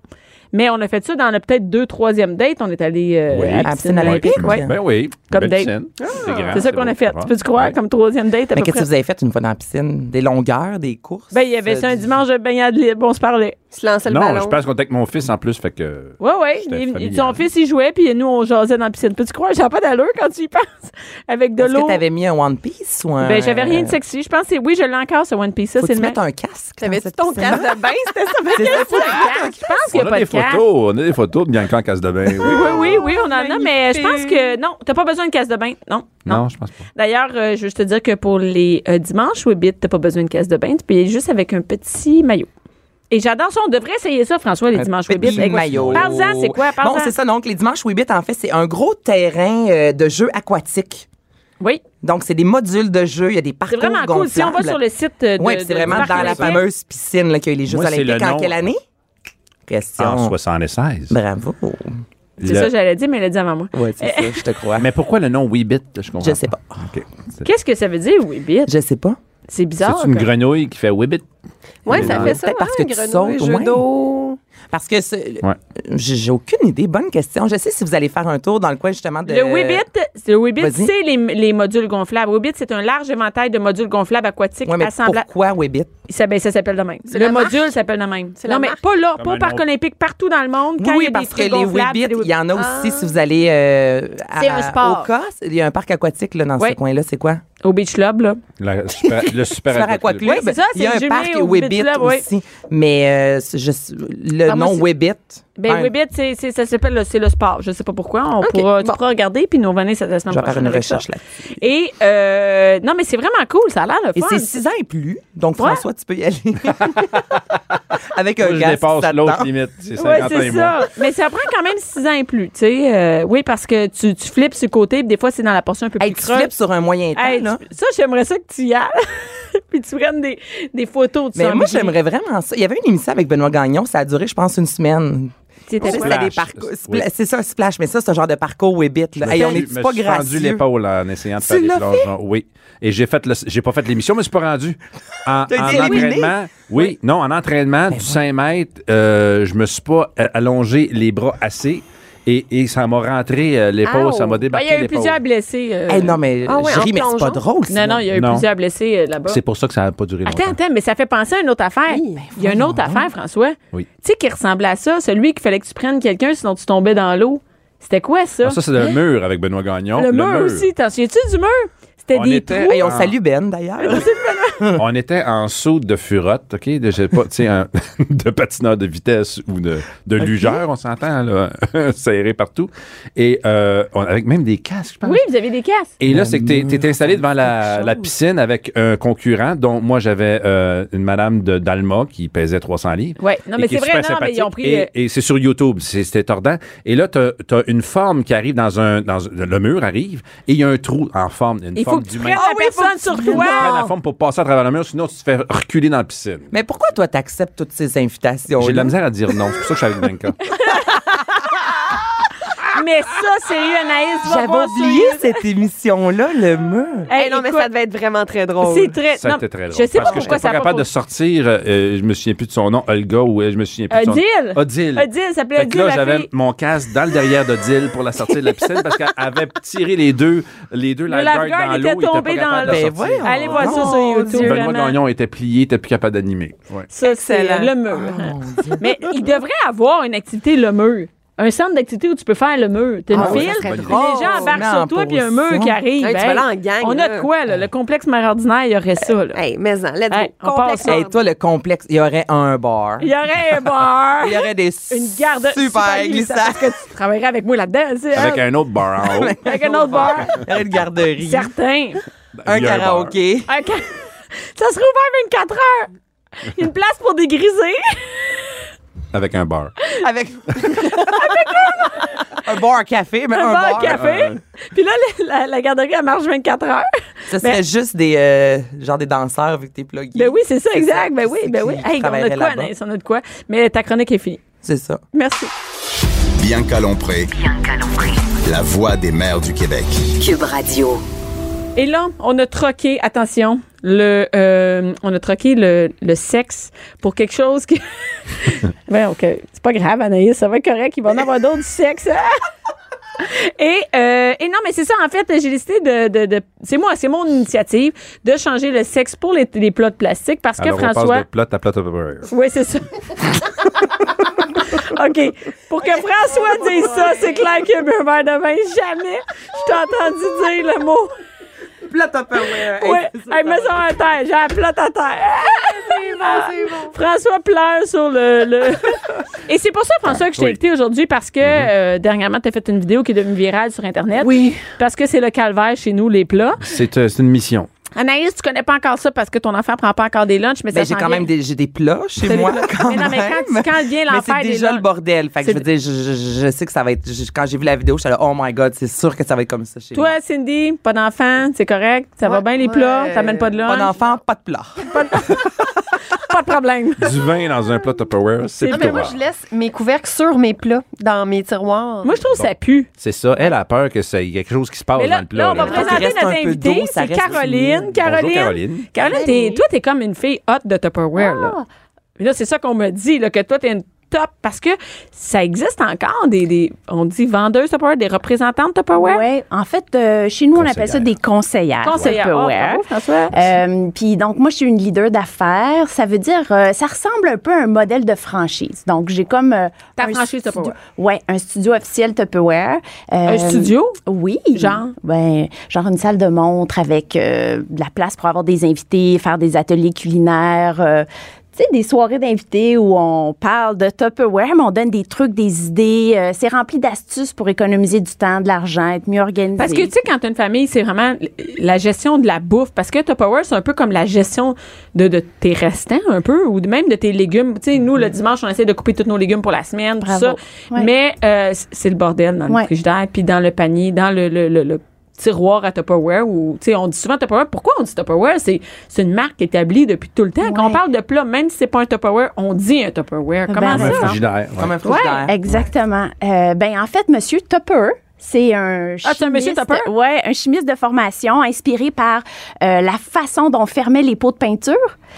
Speaker 4: Mais on a fait ça dans le peut-être 2, 3e date. On est allé à la piscine olympique. Ouais.
Speaker 7: Ben oui.
Speaker 4: Comme
Speaker 7: belle
Speaker 4: date.
Speaker 7: piscine. C'est grand,
Speaker 4: C'est ça qu'on a fait.
Speaker 7: beau.
Speaker 4: Tu peux-tu croire,
Speaker 7: Ouais.
Speaker 4: comme 3e date à
Speaker 6: Mais
Speaker 4: peu
Speaker 6: qu'est-ce que
Speaker 4: près?
Speaker 6: vous avez fait une fois dans la piscine? Des longueurs, des courses?
Speaker 4: Ben, il y avait ça un dimanche de baignade libre. On se parlait.
Speaker 5: Tu lançais le
Speaker 7: Non,
Speaker 5: ballon.
Speaker 7: je pense qu'on était avec mon fils en plus, fait que...
Speaker 4: Oui.
Speaker 7: C'était familial.
Speaker 4: Son fils, il jouait, puis nous, on jasait dans la piscine. Peux-tu croire? J'ai pas d'allure quand tu y penses. Avec de
Speaker 6: Est-ce
Speaker 4: l'eau.
Speaker 6: que t'avais mis un One Piece ou un...
Speaker 4: Ben, j'avais rien de sexy. Je pense que oui, je l'ai encore, ce One Piece. Ça, c'est
Speaker 6: Faut-tu
Speaker 4: le même.
Speaker 6: mettre un casque? dans
Speaker 5: T'avais-tu
Speaker 6: cette
Speaker 5: ton
Speaker 6: piscine?
Speaker 5: casque de bain? C'était ça?
Speaker 6: C'est ça, faut-
Speaker 4: Je pense qu'il n'y
Speaker 7: On
Speaker 4: a
Speaker 7: a
Speaker 4: pas
Speaker 7: des
Speaker 4: de casque.
Speaker 7: photos. On a des photos de Bianca en casse de bain.
Speaker 4: Oui, on en a, mais je pense que non, t'as pas besoin de casse de bain. Non.
Speaker 7: Je pense pas.
Speaker 4: D'ailleurs, je veux juste te dire que pour les dimanches Webbit, t'as pas besoin de casse de bain. Tu peux y aller juste avec un petit maillot. Et j'adore ça. On devrait essayer ça, François, les dimanches Webbit.
Speaker 6: Petit maillot.
Speaker 4: Parle-en, c'est quoi? Parle-en.
Speaker 6: Bon, c'est ça. Donc, les dimanches Webbit, en fait, c'est un gros terrain de jeux aquatiques.
Speaker 4: Oui,
Speaker 6: Donc, c'est des modules de jeux. Il y a des
Speaker 4: c'est
Speaker 6: parcours
Speaker 4: vraiment cool. Si on va
Speaker 6: gonflables.
Speaker 4: sur le site de.
Speaker 6: Oui, c'est vraiment
Speaker 4: du
Speaker 6: dans la
Speaker 4: Parc
Speaker 6: fameuse piscine là, qu'il y a eu les Jeux
Speaker 7: Moi, c'est
Speaker 6: olympiques.
Speaker 7: le
Speaker 6: En
Speaker 7: nom.
Speaker 6: quelle année? Question.
Speaker 7: En 76.
Speaker 6: Bravo.
Speaker 4: C'est ça que j'allais dire, mais elle l'a dit avant moi.
Speaker 6: Oui, c'est ça, je te crois.
Speaker 7: Mais pourquoi le nom Weebit? Je comprends
Speaker 6: Je sais pas.
Speaker 7: OK.
Speaker 4: Qu'est-ce que ça veut dire, Webbit?
Speaker 6: Je sais pas.
Speaker 4: C'est bizarre.
Speaker 7: C'est une
Speaker 4: quoi.
Speaker 7: grenouille qui fait Weebit?
Speaker 5: Oui, ça fait ça.
Speaker 6: Peut-être parce que tu
Speaker 5: grenouille,
Speaker 6: sautes,
Speaker 5: jeu
Speaker 6: ouais.
Speaker 5: d'eau.
Speaker 6: Parce que j'ai aucune idée. Bonne question. Je sais si vous allez faire un tour dans le coin justement de...
Speaker 4: Le Webbit,
Speaker 6: Vas-y.
Speaker 4: c'est les modules gonflables. Webbit, c'est un large éventail de modules gonflables aquatiques
Speaker 6: Oui, mais
Speaker 4: assemblables.
Speaker 6: pourquoi Webbit?
Speaker 4: Ça s'appelle de même.
Speaker 5: C'est
Speaker 4: Le
Speaker 5: la marque?
Speaker 4: module s'appelle de même.
Speaker 5: C'est
Speaker 4: Non,
Speaker 5: la
Speaker 4: mais
Speaker 5: marque?
Speaker 4: pas là,
Speaker 7: Comme
Speaker 4: pas au
Speaker 7: un
Speaker 4: Parc
Speaker 7: autre.
Speaker 4: olympique, partout dans le monde. Quand il y
Speaker 6: Oui,
Speaker 4: a
Speaker 6: parce
Speaker 4: des
Speaker 6: que
Speaker 4: trucs
Speaker 6: les
Speaker 4: gonflables,
Speaker 6: Webbit,
Speaker 4: c'est des
Speaker 6: il y en a aussi si vous allez
Speaker 4: C'est un sport.
Speaker 6: au CAS. Il y a un parc aquatique là, dans
Speaker 4: Oui.
Speaker 6: ce coin-là. C'est quoi?
Speaker 4: Au Beach Club, là.
Speaker 7: Le super
Speaker 6: Super Aquaclub.
Speaker 4: Oui, c'est ça,
Speaker 6: Il y a
Speaker 4: c'est
Speaker 6: un parc
Speaker 4: jumelé au
Speaker 6: Webbit
Speaker 4: Beach Club, oui.
Speaker 6: aussi. Mais le
Speaker 4: Ah, moi,
Speaker 6: nom
Speaker 4: c'est-
Speaker 6: Webbit...
Speaker 4: Ben, Webbit, ça s'appelle c'est le sport. Je sais pas pourquoi. Tu pourras regarder puis nous revenir cette semaine
Speaker 6: Je vais faire
Speaker 4: prochaine
Speaker 6: une
Speaker 4: avec ça.
Speaker 6: recherche là.
Speaker 4: Et, non, mais c'est vraiment cool. Ça a l'air le
Speaker 6: Et
Speaker 4: fun.
Speaker 6: c'est 6 ans et plus. Donc,
Speaker 4: Ouais.
Speaker 6: François, tu peux y aller. Avec un
Speaker 7: Moi, je
Speaker 6: gars
Speaker 7: dépasse l'autre limite. C'est 50
Speaker 4: Oui,
Speaker 7: ans
Speaker 4: c'est
Speaker 7: et moins.
Speaker 4: ça. Mais ça prend quand même 6 ans et plus. Tu sais, oui, parce que tu flippes sur le côté, puis des fois, c'est dans la portion un peu
Speaker 6: Hey,
Speaker 4: plus
Speaker 6: tu
Speaker 4: creuse.
Speaker 6: flippes sur un moyen temps,
Speaker 4: Hey,
Speaker 6: là.
Speaker 4: ça, j'aimerais ça que tu y ailles. Puis tu prennes des photos de
Speaker 6: Mais
Speaker 4: ça.
Speaker 6: moi, j'aimerais vraiment ça. Il y avait une émission avec Benoît Gagnon. Ça a duré, je pense, une semaine.
Speaker 4: C'était
Speaker 6: Ça,
Speaker 4: quoi?
Speaker 6: c'était des
Speaker 7: Splash.
Speaker 6: parcours.
Speaker 7: Oui.
Speaker 6: C'est ça, un splash. Mais ça, c'est un genre de parcours Webbit. Là. Hey, on est pas
Speaker 7: Je me suis rendu
Speaker 6: gracieux.
Speaker 7: l'épaule en essayant de
Speaker 6: Tu
Speaker 7: faire des
Speaker 6: l'as
Speaker 7: plongeons. Oui. Et j'ai pas fait l'émission, mais je suis pas rendu. En
Speaker 6: T'as été éliminé?
Speaker 7: entraînement, oui, non, en entraînement du 5 mètres, je me suis pas allongé les bras assez et ça m'a rentré l'épaule, ça m'a
Speaker 4: Ben,
Speaker 7: débarqué
Speaker 4: il y a eu
Speaker 7: l'épaule.
Speaker 4: plusieurs blessés.
Speaker 6: Hey, non, mais
Speaker 5: Ah ouais,
Speaker 6: je ris,
Speaker 5: en
Speaker 6: mais c'est pas
Speaker 5: plongeon?
Speaker 6: drôle.
Speaker 4: Non, il y a eu
Speaker 7: Non.
Speaker 4: plusieurs blessés là-bas.
Speaker 7: C'est pour ça que ça n'a pas duré longtemps.
Speaker 4: Attends, mais ça fait penser à une autre affaire. Il y a une autre affaire, François.
Speaker 7: Oui.
Speaker 4: Tu sais, qui ressemblait à ça, celui qu'il fallait que tu prennes quelqu'un sinon tu tombais dans l'eau. C'était quoi ça?
Speaker 7: Ah, ça, c'est le mur avec Benoît Gagnon.
Speaker 4: le mur aussi. T'en souviens-tu du mur? C'était
Speaker 7: On
Speaker 4: des
Speaker 7: était-
Speaker 4: trous.
Speaker 6: Hey, on salue Ben, d'ailleurs.
Speaker 7: On était en saut de furotte, OK? Je sais pas, tu sais, de patineur de vitesse ou de lugeur, on s'entend, là, serré partout. Et avec même des casques, je pense.
Speaker 4: Oui, vous avez des casques.
Speaker 7: Et là, c'est que t'es installé devant la piscine avec un concurrent, dont moi, j'avais une madame d'Alma qui pesait 300 livres.
Speaker 4: Ouais. Non,
Speaker 7: et
Speaker 4: mais
Speaker 7: qui est
Speaker 4: c'est vrai,
Speaker 7: super
Speaker 4: non, mais ils ont
Speaker 7: sympathique.
Speaker 4: pris
Speaker 7: Et c'est sur YouTube, c'était tordant. Et là, t'as une forme qui arrive le mur arrive, et il y a un trou en forme, une
Speaker 4: Il faut
Speaker 7: forme
Speaker 4: que tu
Speaker 7: d'humain.
Speaker 4: prennes la personne sur toi.
Speaker 7: Prends la forme pour passer à travers le mur, sinon tu te fais reculer dans la piscine.
Speaker 6: Mais pourquoi toi, t'acceptes toutes ces invitations?
Speaker 7: J'ai de la misère à dire non. C'est pour ça que je suis avec Bianca.
Speaker 4: Mais ça, sérieux, Anaïs, va
Speaker 6: J'avais
Speaker 4: voir sur
Speaker 6: oublié
Speaker 4: YouTube.
Speaker 6: cette émission-là, le mur.
Speaker 4: Hey,
Speaker 5: Non, mais
Speaker 4: écoute,
Speaker 5: ça devait être vraiment très drôle.
Speaker 4: c'est très.
Speaker 7: Ça a
Speaker 4: non,
Speaker 7: été très drôle.
Speaker 4: Je sais
Speaker 7: parce
Speaker 4: pas
Speaker 7: que
Speaker 4: pourquoi
Speaker 7: je
Speaker 4: ça
Speaker 7: n'étais
Speaker 4: a
Speaker 7: pas
Speaker 4: pas
Speaker 7: capable de sortir, je me souviens plus de son nom, Olga, ou je me souviens plus de son nom.
Speaker 4: Odile.
Speaker 7: Odile.
Speaker 4: Ça s'appelait
Speaker 7: Fait que
Speaker 4: Odile,
Speaker 7: là,
Speaker 4: la
Speaker 7: j'avais
Speaker 4: fille.
Speaker 7: mon casque dans le derrière d'Odile pour la sortir de la piscine parce qu'elle avait tiré les deux
Speaker 4: Le
Speaker 7: lifeguards
Speaker 4: lifeguard
Speaker 7: dans
Speaker 4: était
Speaker 7: l'eau.
Speaker 4: tombé dans
Speaker 7: dans
Speaker 4: l'eau.
Speaker 6: Ben
Speaker 7: l'eau.
Speaker 6: voyons.
Speaker 4: Allez voir ça sur
Speaker 6: Mon
Speaker 4: YouTube.
Speaker 6: Dieu.
Speaker 7: Benoît
Speaker 4: vraiment.
Speaker 7: Gagnon était plié, était plus capable d'animer. Ouais.
Speaker 4: Ça, c'est
Speaker 5: Excellent.
Speaker 4: le mur. Mais il devrait avoir une activité, le mur. Un centre d'activité où tu peux faire le mur. T'as
Speaker 5: Ah
Speaker 4: une
Speaker 5: oui,
Speaker 4: file,
Speaker 5: ça serait
Speaker 4: puis
Speaker 5: drôle.
Speaker 4: les gens embarquent
Speaker 6: Non,
Speaker 4: sur toi,
Speaker 6: pour
Speaker 4: puis un mur
Speaker 6: ça.
Speaker 4: qui arrive.
Speaker 5: Hey, tu vas là en gang,
Speaker 4: on a
Speaker 5: là.
Speaker 4: de quoi, là? Le complexe mère ordinaire, il y aurait ça, là.
Speaker 5: Hey, mais en, let's
Speaker 4: Hey,
Speaker 5: go.
Speaker 4: on passe ça.
Speaker 6: Hey, toi, le complexe, il y aurait un bar.
Speaker 4: Il y aurait un bar.
Speaker 6: Il y aurait des
Speaker 4: Une garde
Speaker 6: super glissades.
Speaker 4: Parce que tu travaillerais avec moi là-dedans, tu sais,
Speaker 7: Avec
Speaker 4: hein?
Speaker 7: un autre bar en haut.
Speaker 4: Avec un autre bar.
Speaker 6: Il y aurait une garderie.
Speaker 4: Certain.
Speaker 6: Un
Speaker 7: Il y a un
Speaker 6: karaoké.
Speaker 4: Ça serait ouvert 24 heures. Il y a une place pour dégriser.
Speaker 7: Avec un bar.
Speaker 6: Avec un bar café, mais
Speaker 4: Un
Speaker 6: un
Speaker 4: bar
Speaker 6: bar.
Speaker 4: café. Puis là, la garderie, elle marche 24 heures.
Speaker 6: Ce serait juste des genre des danseurs vu que t'es plugué.
Speaker 4: Ben oui, c'est ça,
Speaker 6: C'est
Speaker 4: exact.
Speaker 6: ça,
Speaker 4: Ben oui,
Speaker 6: c'est
Speaker 4: ben
Speaker 6: qui
Speaker 4: oui. Hey, on a de
Speaker 6: travaillerait
Speaker 4: quoi,
Speaker 6: là-bas.
Speaker 4: Anaïs, on a de quoi. Mais ta chronique est finie.
Speaker 6: C'est ça.
Speaker 4: Merci.
Speaker 3: Bianca Lompré, la voix des mères du Québec.
Speaker 1: Cube Radio.
Speaker 4: Et là, on a troqué, attention, on a troqué le sexe pour quelque chose qui... Ben, OK, c'est pas grave, Anaïs, ça va être correct, il va en avoir d'autres du sexe. Et non, mais c'est ça, en fait, j'ai décidé de c'est mon initiative de changer le sexe pour les plats de plastique parce
Speaker 7: Alors,
Speaker 4: que François...
Speaker 7: on passe de plot à plot Tupperware.
Speaker 4: Oui, c'est ça. OK. Pour que François dise ça, c'est clair qu'il a bu un verre de vin. Jamais je t'ai entendu dire le mot.
Speaker 6: Plat Tupperware.
Speaker 4: Oui, hey, mets ça à terre. J'ai la plate à terre.
Speaker 5: C'est bon.
Speaker 4: François pleure sur le... Et c'est pour ça, François, que je t'ai invité aujourd'hui parce que dernièrement, tu as fait une vidéo qui est devenue virale sur Internet.
Speaker 6: Oui.
Speaker 4: Parce que c'est le calvaire chez nous, les plats.
Speaker 7: C'est une mission.
Speaker 4: Anaïs, tu connais pas encore ça parce que ton enfant prend pas encore des lunchs, mais ça
Speaker 6: Ben, j'ai quand même j'ai des plats chez moi. Quand
Speaker 4: mais non, mais quand vient
Speaker 6: mais
Speaker 4: l'enfer
Speaker 6: c'est
Speaker 4: des
Speaker 6: déjà
Speaker 4: lunchs.
Speaker 6: le bordel. Fait que je veux dire, je sais que ça va être. Quand j'ai vu la vidéo, je suis là, oh my God, c'est sûr que ça va être comme ça chez moi.
Speaker 4: Toi, Cindy, pas d'enfant, c'est correct? Ça va bien les plats? T'amènes pas de lunch?
Speaker 6: Pas d'enfant, pas de plat.
Speaker 4: Pas de problème.
Speaker 7: Du vin dans un plat Tupperware, c'est
Speaker 5: Non,
Speaker 7: plutôt
Speaker 5: mais moi,
Speaker 7: rare.
Speaker 5: je laisse mes couvercles sur mes plats, dans mes tiroirs.
Speaker 4: Moi, je trouve que ça pue.
Speaker 7: C'est ça. Elle a peur que ça y ait quelque chose qui se passe
Speaker 4: Mais
Speaker 7: dans
Speaker 4: là,
Speaker 7: le plat.
Speaker 4: là, on va
Speaker 7: là.
Speaker 6: Quand il
Speaker 4: présenter
Speaker 6: reste
Speaker 4: notre
Speaker 6: un peu
Speaker 4: invitée.
Speaker 6: d'eau, ça
Speaker 4: C'est
Speaker 6: reste
Speaker 4: Caroline.
Speaker 6: fini.
Speaker 7: Bonjour, Caroline.
Speaker 4: Caroline, toi, t'es comme une fille hot de Tupperware, là. Mais là, c'est ça qu'on me dit, là, que toi, t'es une top, parce que ça existe encore on dit vendeuses Tupperware, des représentantes Tupperware.
Speaker 8: Oui, en fait, chez nous, on appelle ça des conseillères.
Speaker 4: Conseillère.
Speaker 8: Tupperware.
Speaker 4: Oh, bravo, François.
Speaker 8: Puis donc, moi, je suis une leader d'affaires. Ça veut dire, ça ressemble un peu à un modèle de franchise. Donc, j'ai comme...
Speaker 4: Ta franchise Tupperware.
Speaker 8: Oui, un studio officiel Tupperware.
Speaker 4: Un studio?
Speaker 8: Oui.
Speaker 4: Genre?
Speaker 8: Ben, genre une salle de montre avec de la place pour avoir des invités, faire des ateliers culinaires, tu sais, des soirées d'invités où on parle de Tupperware, mais on donne des trucs, des idées. C'est rempli d'astuces pour économiser du temps, de l'argent, être mieux organisé.
Speaker 4: Parce que, tu sais, quand t'as une famille, c'est vraiment la gestion de la bouffe. Parce que Tupperware, c'est un peu comme la gestion de tes restants, un peu, ou même de tes légumes. Tu sais, nous, le dimanche, on essaie de couper tous nos légumes pour la semaine, tout
Speaker 8: Bravo.
Speaker 4: ça.
Speaker 8: Ouais.
Speaker 4: Mais c'est le bordel dans le frigidaire, puis dans le panier, dans le tiroir à Tupperware, ou, tu sais, on dit souvent Tupperware. Pourquoi on dit Tupperware? C'est une marque établie depuis tout le temps. Quand on parle de plat, même si c'est pas un Tupperware, on dit un Tupperware. Comment
Speaker 8: Ben,
Speaker 7: Comme un
Speaker 4: ça?
Speaker 7: frigidaire. ouais.
Speaker 6: Comme un frigidaire.
Speaker 8: Exactement. Ben, en fait, Monsieur Tupper, c'est un chimiste.
Speaker 4: c'est un monsieur Tupper?
Speaker 8: Ouais, un chimiste de formation inspiré par la façon dont on fermait les pots de peinture.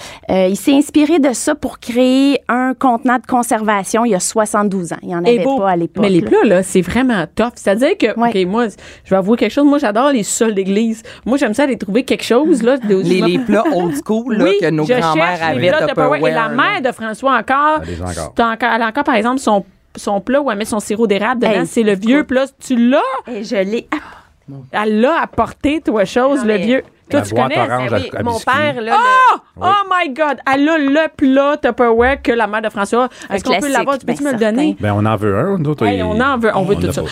Speaker 8: Il s'est inspiré de ça pour créer un contenant de conservation il y a 72 ans. Il n'y en avait pas à l'époque.
Speaker 4: Mais les
Speaker 8: là.
Speaker 4: plats, là, c'est vraiment tough. C'est-à-dire que,
Speaker 8: Ouais.
Speaker 4: OK, moi, je vais avouer quelque chose. Moi, j'adore les sols d'église. Moi, j'aime ça aller trouver quelque chose, là.
Speaker 6: Les plats old school là,
Speaker 4: Oui,
Speaker 6: que nos
Speaker 4: je
Speaker 6: grands-mères
Speaker 4: cherche les
Speaker 6: avaient
Speaker 4: plats Tupperware. Et la
Speaker 6: Tupperware.
Speaker 4: mère de François encore,
Speaker 7: Elle les a encore.
Speaker 4: elle a encore, par exemple, son plat où elle met son sirop d'érable dedans.
Speaker 8: Hey,
Speaker 4: c'est le vieux plat. Tu l'as?
Speaker 8: Et je l'ai.
Speaker 4: Elle l'a apporté, toi, chose,
Speaker 5: Non,
Speaker 4: le
Speaker 5: mais-
Speaker 4: vieux. Toi,
Speaker 7: La
Speaker 4: tu
Speaker 7: boîte
Speaker 4: connais?
Speaker 7: orange
Speaker 5: Oui,
Speaker 7: à
Speaker 5: mon
Speaker 7: biscuits.
Speaker 5: père, là,
Speaker 4: Oh my God! Elle a le plat Tupperware que la mère de François. Est-ce qu'on peut
Speaker 8: classique,
Speaker 4: l'avoir? Tu peux-tu
Speaker 8: ben
Speaker 4: me le donner?
Speaker 7: Ben, on en veut un. Nous autres,
Speaker 4: Hey, on en veut, on veut
Speaker 7: on
Speaker 4: tout
Speaker 7: l'a
Speaker 4: ça.
Speaker 7: pas.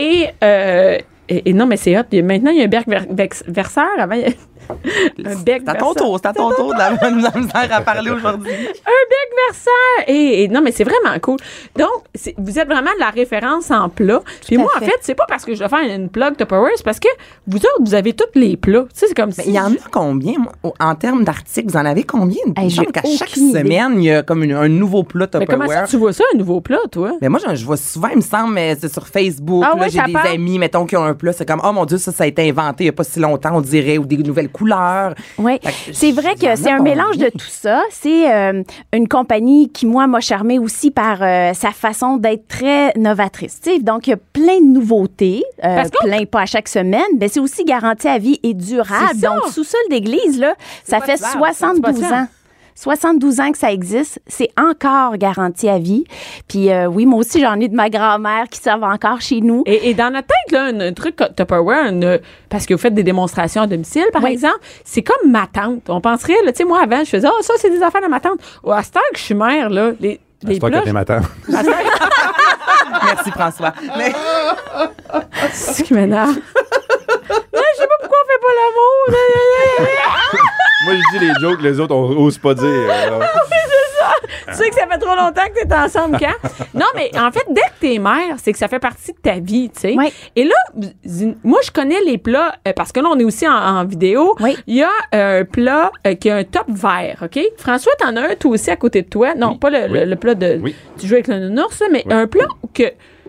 Speaker 4: Et non, mais c'est hot. Maintenant, il y a un bec verseur. Avant, il y a un bec
Speaker 6: C'est à ton
Speaker 4: verseur.
Speaker 6: tour, c'est à ton tour de la misère à parler aujourd'hui.
Speaker 4: Un bec verseur. Et non, mais c'est vraiment cool. Donc, vous êtes vraiment de la référence en plat. Puis
Speaker 8: à
Speaker 4: moi, en
Speaker 8: fait.
Speaker 4: fait, c'est pas parce que je dois faire une plug Tupperware, c'est parce que vous autres, vous avez tous les plats. Tu sais, c'est comme
Speaker 6: Mais
Speaker 4: si...
Speaker 6: il y en a combien, moi, en termes d'articles? Vous en avez combien? Il me
Speaker 8: Hey,
Speaker 6: semble
Speaker 8: j'ai
Speaker 6: qu'à chaque
Speaker 8: aucune idée.
Speaker 6: semaine, il y a comme un nouveau plat
Speaker 4: Mais comment ça,
Speaker 6: Tupperware.
Speaker 4: tu vois ça, un nouveau plat, toi?
Speaker 6: Mais moi, je vois souvent, il me semble, mais c'est sur Facebook.
Speaker 4: Ah
Speaker 6: là,
Speaker 4: ouais,
Speaker 6: j'ai
Speaker 4: ça
Speaker 6: des
Speaker 4: parle?
Speaker 6: amis, mettons, qui ont un plat. C'est comme, oh mon Dieu, ça a été inventé il n'y a pas si longtemps, on dirait, ou des nouvelles couleurs.
Speaker 8: Oui,
Speaker 6: Fait que
Speaker 8: c'est vrai
Speaker 6: il y en
Speaker 8: que
Speaker 6: a
Speaker 8: c'est un
Speaker 6: combien?
Speaker 8: mélange de tout ça. C'est une compagnie qui, moi, m'a charmée aussi par sa façon d'être très novatrice. Tu sais, donc, il y a plein de nouveautés,
Speaker 4: Parce que-
Speaker 8: plein pas à chaque semaine, mais c'est aussi garanti à vie et durable.
Speaker 4: C'est ça.
Speaker 8: Donc, sous-sol d'église, là, ça
Speaker 6: pas
Speaker 8: fait
Speaker 6: tuable,
Speaker 8: 72
Speaker 4: c'est pas
Speaker 8: ans. 72 ans que ça existe, c'est encore garanti à vie. Puis oui, moi aussi, j'en ai de ma grand-mère qui servent encore chez nous.
Speaker 4: Et dans notre tête, là, un truc Tupperware, parce que vous faites des démonstrations à domicile, par
Speaker 8: Oui.
Speaker 4: exemple, c'est comme ma tante. On penserait, là, tu sais, moi, avant, je faisais, ça, c'est des affaires de ma tante. À cette heure que je suis mère, là, les
Speaker 7: C'est toi
Speaker 4: plats...
Speaker 7: que t'es ma tante.
Speaker 6: Merci, François. Mais
Speaker 4: C'est ce qui m'énerve. Non, je sais pas pourquoi on fait pas l'amour.
Speaker 7: Moi, je dis les jokes, les autres, on n'ose pas dire.
Speaker 4: Tu sais que ça fait trop longtemps que t'es ensemble quand? Non, mais en fait, dès que t'es mère, c'est que ça fait partie de ta vie, tu sais.
Speaker 8: Oui.
Speaker 4: Et là, moi, je connais les plats, parce que là, on est aussi en vidéo.
Speaker 8: Oui.
Speaker 4: Il y a un plat qui a un top vert, OK? François, t'en as un, toi aussi, à côté de toi. Non, pas le plat de...
Speaker 7: Oui.
Speaker 4: Tu joues avec le nounours, là, mais un plat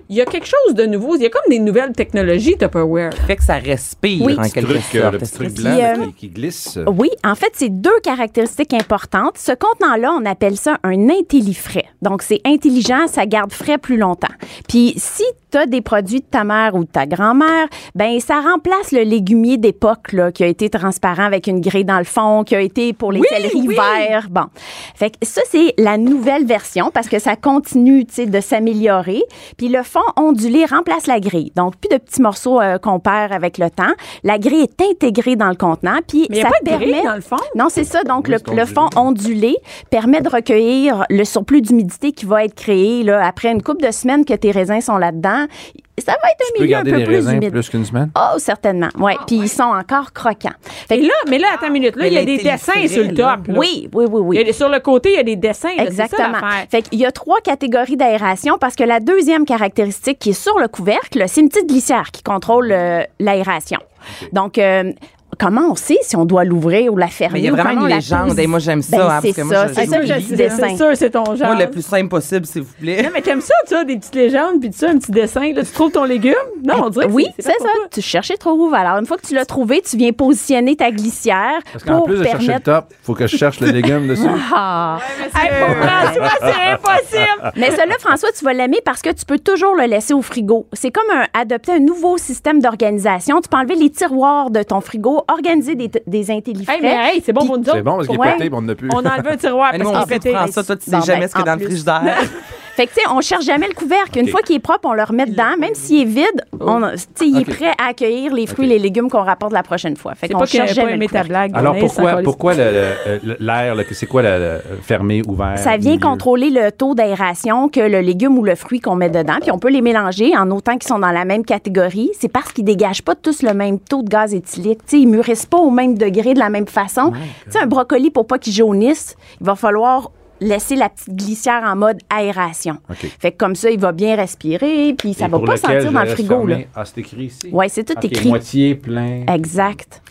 Speaker 4: il y a quelque chose de nouveau. Il y a comme des nouvelles technologies Tupperware.
Speaker 6: Fait que ça respire
Speaker 8: Oui.
Speaker 6: en quelque
Speaker 7: Le
Speaker 6: sorte.
Speaker 7: petit truc
Speaker 8: Puis,
Speaker 7: blanc là, qui glisse.
Speaker 8: Oui, en fait, c'est 2 caractéristiques importantes. Ce contenant-là, on appelle ça un intellifrais. Donc, c'est intelligent, ça garde frais plus longtemps. Puis, si tu as des produits de ta mère ou de ta grand-mère, ben ça remplace le légumier d'époque là, qui a été transparent avec une grille dans le fond, qui a été pour les céleris verts. Bon. Fait que ça, c'est la nouvelle version parce que ça continue, tu sais, de s'améliorer. Puis le fond ondulé remplace la grille. Donc, plus de petits morceaux qu'on perd avec le temps. La grille est intégrée dans le contenant. Puis
Speaker 4: Mais il n'y
Speaker 8: ça
Speaker 4: a pas de
Speaker 8: permet...
Speaker 4: grille dans le fond?
Speaker 8: Non, c'est ça. Donc,
Speaker 7: Oui, c'est
Speaker 8: le fond ondulé permet de recueillir le surplus d'humidité qui va être créé là, après une couple de semaines que tes raisins sont là-dedans. Ça va être
Speaker 7: Tu
Speaker 8: un
Speaker 7: peux
Speaker 8: milieu un
Speaker 7: garder
Speaker 8: peu
Speaker 7: les
Speaker 8: plus
Speaker 7: raisins
Speaker 8: humide.
Speaker 7: plus qu'une semaine?
Speaker 8: Oh, certainement. Oui, puis ils sont encore croquants. Fait
Speaker 4: Et
Speaker 8: que-
Speaker 4: là, mais là, attends une minute. Là,
Speaker 6: Mais
Speaker 4: il y a des
Speaker 6: l'intellifrais,
Speaker 4: dessins sur le
Speaker 6: là.
Speaker 4: top. Là.
Speaker 8: oui, oui, oui, oui.
Speaker 4: Il y a sur le côté, il y a des dessins. là.
Speaker 8: Exactement.
Speaker 4: C'est ça l'affaire.
Speaker 8: Fait qu'il y a 3 catégories d'aération parce que la deuxième caractéristique qui est sur le couvercle, c'est une petite glissière qui contrôle l'aération. Donc, comment on sait si on doit l'ouvrir ou la fermer?
Speaker 6: Mais il y a
Speaker 8: ou
Speaker 6: vraiment
Speaker 8: comment on
Speaker 6: une
Speaker 8: la
Speaker 6: légende.
Speaker 8: pose?
Speaker 6: Et moi, j'aime ça.
Speaker 8: Ben,
Speaker 6: hein,
Speaker 8: c'est
Speaker 6: parce que moi,
Speaker 8: ça,
Speaker 6: je-
Speaker 8: c'est
Speaker 6: je
Speaker 8: ça,
Speaker 6: lis.
Speaker 8: je disais.
Speaker 4: C'est sûr, c'est ton genre.
Speaker 6: Moi, le plus simple possible, s'il vous plaît.
Speaker 4: Non, mais t'aimes ça, tu as des petites légendes, puis tu as un petit dessin. Là, tu trouves ton légume? Non, on dirait que
Speaker 8: Oui, c'est
Speaker 4: pas
Speaker 8: ça.
Speaker 4: pour toi.
Speaker 8: Tu cherches et trouves. Alors, une fois que tu l'as trouvé, tu viens positionner ta glissière
Speaker 7: Parce qu'en
Speaker 8: pour
Speaker 7: plus de chercher le
Speaker 8: permettre...
Speaker 7: top, il faut que je cherche le légume dessus.
Speaker 8: Ah.
Speaker 4: Hey, pour François, c'est impossible!
Speaker 8: Mais celui-là, François, tu vas l'aimer parce que tu peux toujours le laisser au frigo. C'est comme adopter un nouveau système d'organisation. Tu peux enlever les tiroirs de ton frigo, organiser des intellifrais.
Speaker 4: Hey, mais hey, c'est bon pour nous autres.
Speaker 7: C'est bon parce qu'il est
Speaker 8: Ouais.
Speaker 7: pété, mais on n'en a plus.
Speaker 4: On a enlevé un tiroir
Speaker 6: Mais
Speaker 4: parce
Speaker 6: nous,
Speaker 4: qu'il
Speaker 6: on
Speaker 4: est
Speaker 6: sait
Speaker 4: pété.
Speaker 6: prendre ça. Toi, tu sais
Speaker 8: Bon,
Speaker 6: jamais
Speaker 8: ben,
Speaker 6: ce qu'il y a
Speaker 8: en
Speaker 6: dans le
Speaker 8: plus.
Speaker 6: frigidaire.
Speaker 8: Fait que, tu sais, on cherche jamais le couvercle. Une fois qu'il est propre, on le remet dedans. Même s'il est vide, tu sais, il est prêt à accueillir les fruits et les légumes qu'on rapporte la prochaine fois. Fait
Speaker 4: C'est
Speaker 8: qu'on
Speaker 4: pas qu'il
Speaker 8: cherche
Speaker 4: n'avait pas
Speaker 8: jamais le
Speaker 4: aimé ta
Speaker 8: couvercle.
Speaker 4: blague.
Speaker 7: Alors
Speaker 4: Anaïs, encore
Speaker 7: pourquoi l'air, là, c'est quoi le fermé, ouvert?
Speaker 8: Ça vient
Speaker 7: milieu?
Speaker 8: contrôler le taux d'aération que le légume ou le fruit qu'on met dedans. Puis on peut les mélanger en autant qu'ils sont dans la même catégorie. C'est parce qu'ils dégagent pas tous le même taux de gaz éthylique. Tu sais, ils mûrissent pas au même degré de la même façon. Tu sais, un brocoli, pour pas qu'il jaunisse, il va falloir laisser la petite glissière en mode aération.
Speaker 7: OK.
Speaker 8: Fait que comme ça, il va bien respirer, puis ça
Speaker 7: Et
Speaker 8: va
Speaker 7: pour
Speaker 8: pas
Speaker 7: lequel
Speaker 8: sentir
Speaker 7: je
Speaker 8: dans le
Speaker 7: laisse
Speaker 8: frigo. Là.
Speaker 7: fermer? Ah, c'est écrit ici?
Speaker 8: Oui, c'est tout
Speaker 7: OK,
Speaker 8: écrit.
Speaker 7: moitié plein.
Speaker 8: Exact.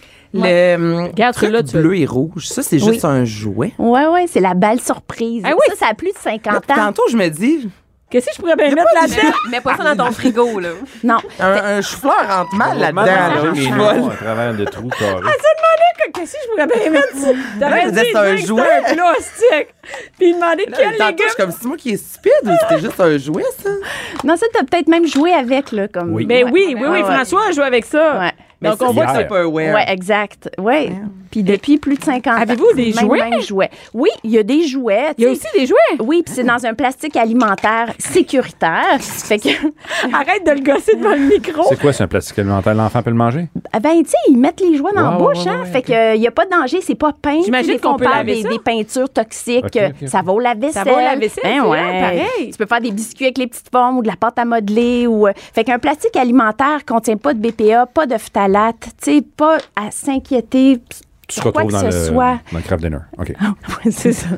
Speaker 6: Le
Speaker 4: celui-là,
Speaker 6: truc
Speaker 4: tu-
Speaker 6: bleu et rouge, ça, c'est juste
Speaker 8: Oui.
Speaker 6: un jouet.
Speaker 8: Oui, oui, c'est la balle surprise.
Speaker 4: Ah oui.
Speaker 8: Ça a plus de 50 ans.
Speaker 6: Tantôt, je me dis,
Speaker 4: Qu'est-ce que je pourrais bien mettre là-dedans?
Speaker 5: Mets pas ça dans ton frigo, là.
Speaker 8: Non.
Speaker 6: un chou-fleur rentre mal là-dedans.
Speaker 7: Là,
Speaker 6: là,
Speaker 7: les
Speaker 6: je
Speaker 7: noms
Speaker 6: vole.
Speaker 7: à travers le trou carré.
Speaker 4: Qu'est-ce que je pourrais bien mettre? T'aurais
Speaker 6: je
Speaker 4: dit
Speaker 6: disais, c'est un
Speaker 4: que
Speaker 6: jouet.
Speaker 4: c'était un plastique. Puis demander quel
Speaker 6: Tantôt, je
Speaker 4: légume.
Speaker 6: suis comme, c'est moi qui est stupide ou c'était juste un jouet, ça?
Speaker 8: Non, ça, t'as peut-être même joué avec, là, comme...
Speaker 7: Oui.
Speaker 4: Ben
Speaker 8: Ouais.
Speaker 4: oui,
Speaker 8: Ouais.
Speaker 4: François a joué avec ça.
Speaker 8: Ouais.
Speaker 6: Mais
Speaker 4: Donc,
Speaker 6: ça,
Speaker 4: on voit
Speaker 6: c'est
Speaker 4: que c'est
Speaker 6: Tupperware.
Speaker 8: Oui, exact. Oui. Puis depuis plus de 50 ans.
Speaker 4: Avez-vous des
Speaker 8: c'est le
Speaker 4: jouets?
Speaker 8: même jouet. Oui, il y a des jouets.
Speaker 4: Il y a
Speaker 8: tu
Speaker 4: aussi
Speaker 8: sais.
Speaker 4: des jouets.
Speaker 8: Oui, puis c'est dans un plastique alimentaire sécuritaire. Fait que,
Speaker 4: Arrête de le gosser devant le micro.
Speaker 7: C'est quoi, c'est un plastique alimentaire? L'enfant peut le manger?
Speaker 8: ben, tu sais, ils mettent les jouets dans la
Speaker 7: Ouais,
Speaker 8: bouche,
Speaker 7: ouais,
Speaker 8: hein.
Speaker 7: ouais,
Speaker 8: Fait
Speaker 7: ok.
Speaker 8: que il n'y a pas de danger, c'est pas peint.
Speaker 4: J'imagine
Speaker 8: Des fois,
Speaker 4: qu'on
Speaker 8: on
Speaker 4: peut
Speaker 8: parle
Speaker 4: laver ça.
Speaker 8: des peintures toxiques.
Speaker 7: Ok, ok.
Speaker 8: Ça va au lave-vaisselle.
Speaker 4: Ça va au lave-vaisselle,
Speaker 8: Ben
Speaker 4: c'est
Speaker 8: ouais.
Speaker 4: vrai, pareil.
Speaker 8: Tu peux faire des biscuits avec les petites pommes ou de la pâte à modeler. Fait qu'un plastique alimentaire contient pas de BPA, pas de phtalate, tu sais, pas à s'inquiéter.
Speaker 7: Tu te
Speaker 8: sur quoi
Speaker 7: retrouves
Speaker 8: que
Speaker 7: dans
Speaker 8: ce
Speaker 7: le,
Speaker 8: soit.
Speaker 7: dans le craft dinner. OK.
Speaker 8: C'est ça.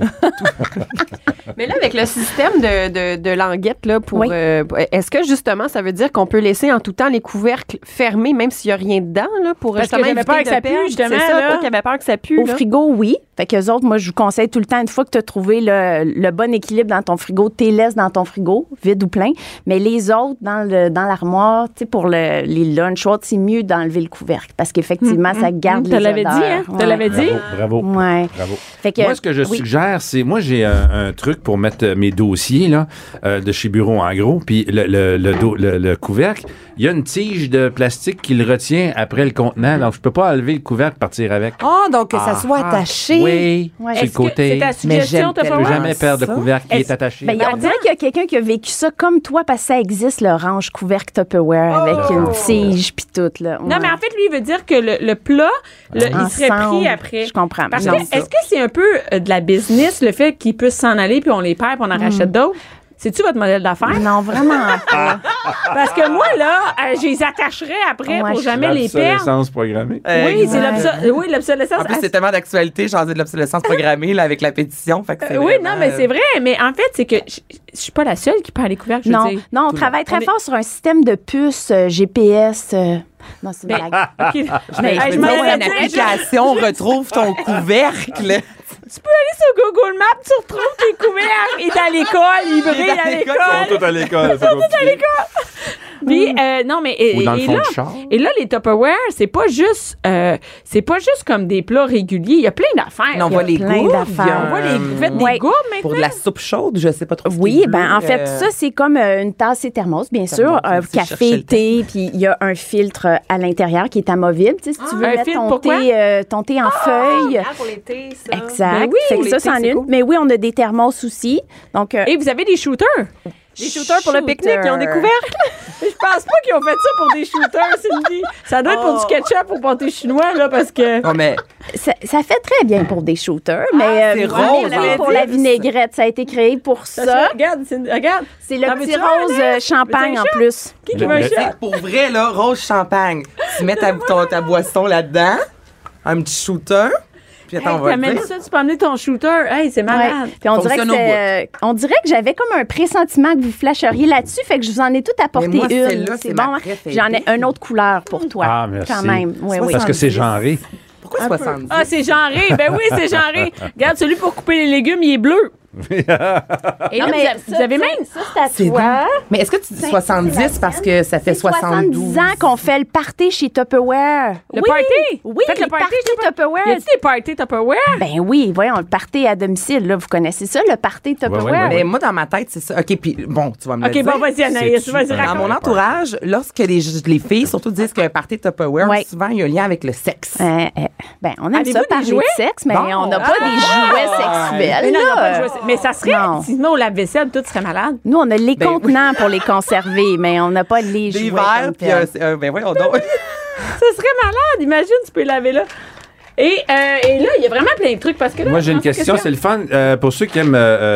Speaker 5: Mais là, avec le système de languette, là,
Speaker 8: Oui.
Speaker 5: est-ce que justement, ça veut dire qu'on peut laisser en tout temps les couvercles fermés, même s'il n'y a rien dedans, là, pour
Speaker 4: Parce que
Speaker 5: justement
Speaker 4: j'avais peur
Speaker 5: éviter
Speaker 4: que ça
Speaker 5: de perdre?
Speaker 4: pue, justement,
Speaker 5: C'est ça,
Speaker 4: là.
Speaker 5: pas qu'il y avait peur que ça pue.
Speaker 8: Au
Speaker 5: là.
Speaker 8: frigo, oui. Fait qu'eux autres, moi, je vous conseille tout le temps, une fois que tu as trouvé le bon équilibre dans ton frigo, t'es laisses dans ton frigo, vide ou plein. Mais les autres, dans l'armoire, tu sais, pour les lunch, c'est mieux d'enlever le couvercle parce qu'effectivement, ça garde
Speaker 4: Tu
Speaker 8: les
Speaker 4: l'avais dit, hein?
Speaker 8: odeurs.
Speaker 4: Tu l'avais dit?
Speaker 7: Bravo.
Speaker 8: Ouais.
Speaker 7: Bravo.
Speaker 8: Fait que,
Speaker 7: Moi, ce que je
Speaker 8: oui.
Speaker 7: suggère, c'est... Moi, j'ai un truc pour mettre mes dossiers là, de chez Bureau en gros, puis le couvercle, il y a une tige de plastique qui le retient après le contenant, donc je peux pas enlever le couvercle et partir avec.
Speaker 6: Ah, donc que ça soit attaché.
Speaker 7: Oui,
Speaker 8: Ouais.
Speaker 7: sur le
Speaker 4: Est-ce que
Speaker 7: côté.
Speaker 4: c'est ta
Speaker 6: Mais
Speaker 4: suggestion,
Speaker 6: j'aime
Speaker 4: t'as
Speaker 7: Je
Speaker 4: pas
Speaker 7: peux
Speaker 6: tellement
Speaker 7: jamais perdre
Speaker 6: ça.
Speaker 7: le couvercle qui est
Speaker 4: Est-ce-
Speaker 7: attaché.
Speaker 8: Ben, on dirait qu'il y a quelqu'un qui a vécu ça comme toi parce que ça existe, le range couvercle Tupperware avec une tige puis tout. Là.
Speaker 4: Non,
Speaker 8: Ouais.
Speaker 4: mais en fait, lui, il veut dire que le plat, il serait
Speaker 8: Ensemble.
Speaker 4: pris après.
Speaker 8: Je comprends.
Speaker 4: Parce
Speaker 8: Non,
Speaker 4: que, est-ce que c'est un peu de la business, le fait qu'ils puissent s'en aller puis on les perd puis on en rachète d'autres? C'est-tu votre modèle d'affaires?
Speaker 8: Non, vraiment pas.
Speaker 4: Parce que moi, là, je les attacherais après
Speaker 8: Ouais,
Speaker 4: pour
Speaker 8: je-
Speaker 4: jamais les perdre.
Speaker 7: L'obsolescence programmée.
Speaker 4: Oui, c'est
Speaker 6: Exact.
Speaker 4: l'obsolescence.
Speaker 6: En plus, c'est tellement d'actualité, j'en ai de l'obsolescence programmée là, avec la pétition. Fait que c'est
Speaker 4: Oui,
Speaker 6: vraiment,
Speaker 4: non, mais c'est vrai. Mais en fait, c'est que je suis pas la seule qui perd les couvercles, je veux
Speaker 8: Non,
Speaker 4: dire.
Speaker 8: non, on
Speaker 6: Tout le
Speaker 8: travaille
Speaker 6: monde.
Speaker 8: très
Speaker 4: On est-
Speaker 8: fort sur un système de puces GPS. Non, c'est une blague.
Speaker 4: OK.
Speaker 8: Mais-
Speaker 4: Hey,
Speaker 6: Je
Speaker 4: je
Speaker 6: me
Speaker 4: m'en
Speaker 6: dis,
Speaker 4: allais
Speaker 6: une
Speaker 4: dire,
Speaker 6: application retrouve ton couvercle.
Speaker 4: tu peux aller sur Google Maps, tu retrouves tes couvercles. Il est à l'école, il brille à
Speaker 6: à l'école,
Speaker 4: l'école.
Speaker 7: Ils sont tous à l'école. c'est compliqué.
Speaker 4: Puis, non, mais...
Speaker 7: Ou dans le fond
Speaker 4: là,
Speaker 7: du char.
Speaker 4: Et là, les Tupperware, c'est pas juste comme des plats réguliers. Il y a plein d'affaires.
Speaker 6: On voit les
Speaker 8: plein
Speaker 6: gourdes.
Speaker 8: d'affaires.
Speaker 4: On voit les vous faites
Speaker 8: Ouais.
Speaker 4: des gourdes maintenant.
Speaker 6: Pour de la soupe chaude, je sais pas trop. ce qui
Speaker 8: Oui,
Speaker 6: est bleu,
Speaker 8: en fait, ça, c'est comme une tasse et thermos, bien sûr,
Speaker 6: Thermos, je cherchais
Speaker 8: café,
Speaker 6: le
Speaker 8: thé, puis il y a un filtre à l'intérieur qui est amovible. Tu sais, si tu veux
Speaker 4: un
Speaker 8: mettre
Speaker 4: filtre,
Speaker 8: ton
Speaker 4: pourquoi?
Speaker 8: ton thé en feuille.
Speaker 5: Pour l'été, ça.
Speaker 8: Exact.
Speaker 4: Ben oui,
Speaker 8: Fait
Speaker 4: pour
Speaker 8: que ça,
Speaker 4: l'été,
Speaker 8: c'en
Speaker 4: c'est
Speaker 8: est une.
Speaker 4: cool.
Speaker 8: Mais oui, on a des thermos aussi. Donc,
Speaker 4: Et vous avez des shooters.
Speaker 5: Les shooters pour le pique-nique, ils ont découvert.
Speaker 4: Je pense pas qu'ils ont fait ça pour des shooters, Cindy. Ça doit être pour du ketchup ou pâté chinois, là, parce que...
Speaker 6: Non, mais
Speaker 8: ça fait très bien pour des shooters, mais
Speaker 6: c'est
Speaker 8: moi,
Speaker 6: rose,
Speaker 8: oui,
Speaker 6: en
Speaker 8: pour
Speaker 6: plus.
Speaker 8: la vinaigrette, ça a été créé pour ça.
Speaker 4: Regarde, Cindy, regarde.
Speaker 8: C'est le
Speaker 4: T'en
Speaker 8: petit
Speaker 4: veux-tu un,
Speaker 8: rose
Speaker 4: Alex?
Speaker 8: champagne
Speaker 4: Veux-tu un
Speaker 8: en
Speaker 4: shot?
Speaker 8: plus.
Speaker 4: Qui veut un
Speaker 7: Le-
Speaker 4: shot?
Speaker 6: pour vrai, là, rose champagne. Tu mets ta boisson là-dedans, un petit shooter, puis attends, on va le
Speaker 4: T'amènes
Speaker 6: dire.
Speaker 4: ça, tu peux amener ton shooter. Hey, c'est malade.
Speaker 8: Ouais. Puis on dirait que
Speaker 6: Fonctionne au
Speaker 8: on dirait que j'avais comme un pressentiment que vous flasheriez là-dessus, fait que je vous en ai tout apporté
Speaker 6: Mais moi,
Speaker 8: une.
Speaker 6: celle-là, c'est ma préférée.
Speaker 8: J'en ai une autre couleur pour toi.
Speaker 7: Ah, merci.
Speaker 8: Quand même. Oui, oui.
Speaker 7: Parce que c'est
Speaker 6: 70.
Speaker 7: genré.
Speaker 6: Pourquoi 70?
Speaker 4: Ah, c'est genré. Ben oui, c'est genré. Regarde, celui pour couper les légumes, il est bleu. Et là,
Speaker 8: Non, mais
Speaker 4: vous avez même...
Speaker 8: Ça, c'est à toi.
Speaker 6: Mais est-ce que tu dis 70 parce que ça fait 72?
Speaker 8: 70 ans qu'on fait le party chez Tupperware.
Speaker 4: Le
Speaker 8: oui.
Speaker 4: party?
Speaker 8: Oui,
Speaker 4: Faites le
Speaker 8: le
Speaker 4: party
Speaker 8: party
Speaker 4: chez
Speaker 8: Tupperware.
Speaker 4: Y a-t-il des parties Tupperware?
Speaker 8: Ben oui, voyons, le party à domicile, là, vous connaissez ça, le party Tupperware?
Speaker 7: ouais, ouais.
Speaker 6: Mais moi, dans ma tête, c'est ça. OK, puis bon, tu vas me le
Speaker 4: OK,
Speaker 6: dire.
Speaker 4: bon, vas-y, Anaïs, vas-y,
Speaker 6: Dans
Speaker 4: raconte.
Speaker 6: mon entourage, lorsque les filles surtout disent qu'un party Tupperware,
Speaker 8: Ouais.
Speaker 6: souvent, il y a un lien avec le sexe.
Speaker 8: Ben, on aime
Speaker 4: Avez-vous
Speaker 8: ça
Speaker 4: des
Speaker 8: parler
Speaker 4: jouets?
Speaker 8: de sexe, mais
Speaker 6: Bon.
Speaker 8: on n'a pas des jouets sexuels.
Speaker 4: Mais non,
Speaker 8: là.
Speaker 4: pas de jouets. Mais ça serait...
Speaker 8: Non.
Speaker 4: Sinon, la vaisselle, tout serait malade.
Speaker 8: Nous, on a les
Speaker 6: Ben oui.
Speaker 8: contenants pour les conserver, mais on n'a pas les
Speaker 6: Des
Speaker 8: jouets.
Speaker 6: verres,
Speaker 8: comme
Speaker 6: puis
Speaker 8: tels.
Speaker 6: ben voyons donc.
Speaker 4: Ça serait malade. Imagine, tu peux laver là. Et là, il y a vraiment plein de trucs parce que là,
Speaker 7: Moi, j'ai une
Speaker 4: en fait,
Speaker 7: question.
Speaker 4: qu'est-ce
Speaker 7: C'est le fun pour ceux qui aiment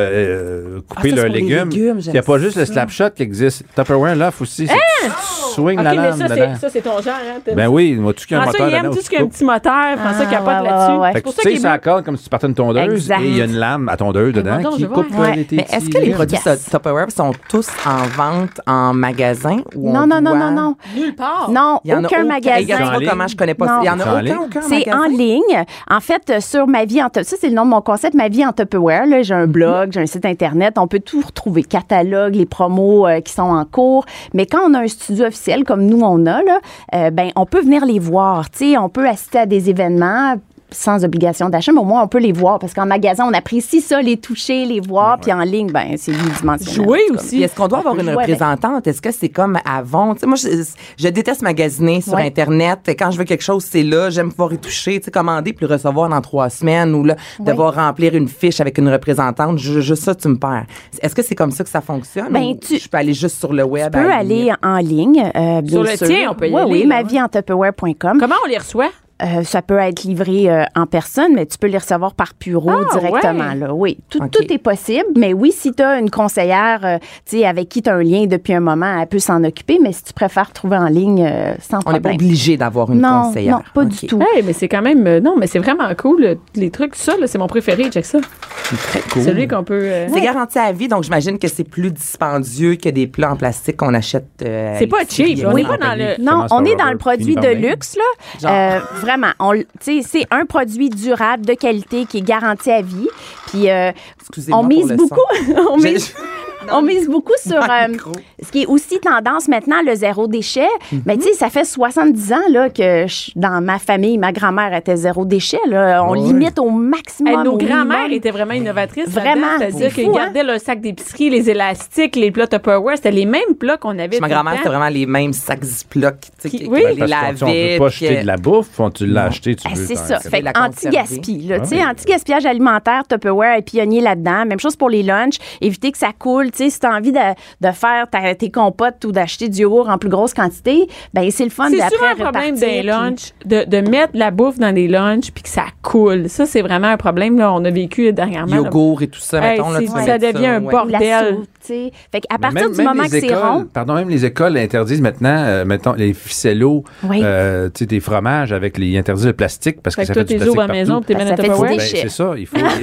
Speaker 7: couper
Speaker 6: ça,
Speaker 7: leurs
Speaker 6: c'est pour les
Speaker 7: légumes.
Speaker 6: légumes,
Speaker 7: Il n'y a pas juste le Slapshot qui existe. Tupperware, là, aussi. Swing
Speaker 4: OK,
Speaker 7: la
Speaker 4: mais
Speaker 7: lame dedans.
Speaker 4: ça, c'est ton genre. Hein?
Speaker 7: Ben oui, moi, tout ce qui a un
Speaker 4: François,
Speaker 7: moteur
Speaker 4: il aime
Speaker 7: dedans,
Speaker 4: tout
Speaker 7: où
Speaker 4: ce
Speaker 7: tu
Speaker 4: qui a un
Speaker 7: coupes.
Speaker 4: petit moteur. François capote
Speaker 8: ouais,
Speaker 4: là-dessus.
Speaker 8: ouais, ouais.
Speaker 7: Fait
Speaker 4: C'est
Speaker 7: que
Speaker 4: pour
Speaker 7: tu
Speaker 4: ça
Speaker 7: sais,
Speaker 4: qu'il
Speaker 7: ça
Speaker 4: est bleu.
Speaker 7: accorde comme si tu partais une tondeuse
Speaker 8: Exact.
Speaker 7: et il y a une lame à tondeuse dedans
Speaker 4: donc,
Speaker 7: qui
Speaker 4: je
Speaker 7: coupe
Speaker 4: vois.
Speaker 7: tes
Speaker 6: Mais est-ce que les
Speaker 7: petits
Speaker 6: produits
Speaker 8: Yes.
Speaker 6: Tupperware sont tous en vente en magasin ou
Speaker 8: Non,
Speaker 6: on
Speaker 8: non, non,
Speaker 6: doit-
Speaker 8: non, non.
Speaker 4: Nulle part.
Speaker 8: Non,
Speaker 6: Il y en a
Speaker 8: aucun magasin.
Speaker 6: Regarde
Speaker 7: ligne?
Speaker 6: comment je connais pas ça.
Speaker 8: Non.
Speaker 6: Il y en
Speaker 7: C'est en
Speaker 6: a
Speaker 7: ligne?
Speaker 6: aucun
Speaker 8: C'est
Speaker 6: magasin.
Speaker 8: en ligne. En fait, sur ma vie en Tupperware, ça c'est le nom de mon concept, ma vie en Tupperware. Là, j'ai un blog, j'ai un site internet, on peut tout retrouver, catalogue, les promos qui sont en cours. Mais quand on a un studio officiel comme nous on a là, ben on peut venir les voir. Tu sais, on peut assister à des événements sans obligation d'achat, mais au moins on peut les voir parce qu'en magasin on apprécie ça, les toucher, les voir, puis en ligne, ben c'est unidimensionnel.
Speaker 4: Jouer
Speaker 6: Puis
Speaker 4: aussi.
Speaker 6: est-ce qu'on doit avoir
Speaker 8: peut
Speaker 6: une
Speaker 8: jouer avec.
Speaker 6: représentante? Est-ce que c'est comme avant? Tu sais, moi, je déteste magasiner sur
Speaker 8: Ouais.
Speaker 6: Internet. Quand je veux quelque chose, c'est là. J'aime pouvoir y toucher, tu sais, commander puis le recevoir dans 3 semaines ou là, devoir remplir une fiche avec une représentante. Juste ça, tu me perds. Est-ce que c'est comme ça que ça fonctionne?
Speaker 8: Ben,
Speaker 6: ou
Speaker 8: tu-
Speaker 6: je peux aller juste sur le web?
Speaker 8: Tu peux aller en ligne, bien
Speaker 4: Sur le
Speaker 8: sûr.
Speaker 4: tien, on peut y
Speaker 8: Oui,
Speaker 4: aller,
Speaker 8: oui,
Speaker 4: là, ouais.
Speaker 8: mavientupperware.com.
Speaker 4: Comment on les reçoit?
Speaker 8: Ça peut être livré en personne, mais tu peux les recevoir par bureau
Speaker 4: Ah,
Speaker 8: directement.
Speaker 4: ouais.
Speaker 8: Là. Oui, tout
Speaker 6: OK.
Speaker 8: est possible. Mais oui, si tu as une conseillère tu sais, avec qui tu as un lien depuis un moment, elle peut s'en occuper. Mais si tu préfères trouver en ligne, sans
Speaker 6: On n'est pas
Speaker 8: problème.
Speaker 6: obligé d'avoir une
Speaker 8: non,
Speaker 6: conseillère.
Speaker 8: non, pas
Speaker 6: OK.
Speaker 8: du tout.
Speaker 4: Hey, mais c'est quand même... non, mais c'est vraiment cool, les trucs. Ça, là, c'est mon préféré, check ça.
Speaker 6: C'est très cool.
Speaker 4: Celui qu'on peut...
Speaker 6: C'est garanti à vie, donc j'imagine que c'est plus dispendieux que des plats en plastique qu'on achète.
Speaker 4: C'est pas cheap. On n'est pas dans le...
Speaker 8: Non,
Speaker 7: Commence par
Speaker 8: on est dans
Speaker 7: Robert,
Speaker 8: le produit
Speaker 7: finit par
Speaker 8: de
Speaker 7: Dave.
Speaker 8: luxe, là. Vraiment. Tu sais, c'est un produit durable, de qualité, qui est garanti à vie. Puis,
Speaker 6: Excusez-moi
Speaker 8: on
Speaker 6: pour
Speaker 8: mise
Speaker 6: le
Speaker 8: beaucoup... on
Speaker 6: J'ai-
Speaker 8: mise- On mise beaucoup sur
Speaker 6: Dans le micro.
Speaker 8: ce qui est aussi tendance maintenant, le zéro déchet. Mais tu sais, ça fait 70 ans là, que dans ma famille, ma grand-mère était zéro déchet. Là. On
Speaker 7: Ouais.
Speaker 8: limite au maximum.
Speaker 4: Nos
Speaker 8: au
Speaker 4: grands-mères
Speaker 8: minimum.
Speaker 4: étaient vraiment innovatrices.
Speaker 8: Vraiment,
Speaker 4: là-dedans. C'est-à-dire
Speaker 8: c'est
Speaker 4: qu'ils
Speaker 8: fou, hein?
Speaker 4: gardaient leur sac d'épicerie, les élastiques, les plats Tupperware. C'était les mêmes plats qu'on avait.
Speaker 6: Ma
Speaker 4: tout le
Speaker 6: grand-mère,
Speaker 4: temps.
Speaker 6: c'était vraiment les mêmes sacs Ziploc. Tu sais,
Speaker 4: Qui-
Speaker 6: qui
Speaker 4: oui.
Speaker 6: les
Speaker 7: Parce qu'on ne
Speaker 6: lavaient.
Speaker 7: peut pas
Speaker 6: puis
Speaker 7: jeter de la bouffe, tu l'as acheté, tu
Speaker 8: Ah,
Speaker 7: veux.
Speaker 8: c'est
Speaker 7: t'en-
Speaker 8: ça. Fait
Speaker 6: la
Speaker 8: anti-gaspi. Là, tu sais,
Speaker 7: Ouais.
Speaker 8: anti-gaspillage alimentaire, Tupperware est pionnier là-dedans. Même chose pour les lunchs. Éviter que ça coule. Tu sais, si tu as envie de faire tes compotes ou d'acheter du yogourt en plus grosse quantité, ben c'est le fun
Speaker 4: C'est
Speaker 8: d'après
Speaker 4: souvent un problème
Speaker 8: repartir,
Speaker 4: des
Speaker 8: puis-
Speaker 4: lunchs, de mettre la bouffe dans des lunchs puis que ça coule. Ça, c'est vraiment un problème. Là, on a vécu dernièrement. là.
Speaker 6: Yogourt et tout ça,
Speaker 4: Hey,
Speaker 6: mettons. Là,
Speaker 4: c'est-
Speaker 6: tu vas
Speaker 4: ça
Speaker 6: mettre
Speaker 4: devient un
Speaker 6: ouais.
Speaker 4: bordel.
Speaker 8: Ou la soupe, tu sais. Fait qu'à
Speaker 7: Mais
Speaker 8: partir du moment
Speaker 7: les
Speaker 8: que c'est
Speaker 7: écoles,
Speaker 8: rond,
Speaker 7: Pardon, même les écoles interdisent maintenant, mettons, les ficellos,
Speaker 8: Oui.
Speaker 7: tu sais, des fromages avec les interdits de plastique parce que
Speaker 4: Fait
Speaker 7: ça
Speaker 4: que
Speaker 7: fait
Speaker 4: toi,
Speaker 7: du
Speaker 4: t'es
Speaker 7: plastique
Speaker 4: ouvres à la maison
Speaker 7: partout.
Speaker 4: puis t'es
Speaker 8: Ça
Speaker 4: mets dans
Speaker 8: fait du
Speaker 4: Tupperware.
Speaker 7: Ben,
Speaker 8: déchet.
Speaker 7: c'est ça, il faut...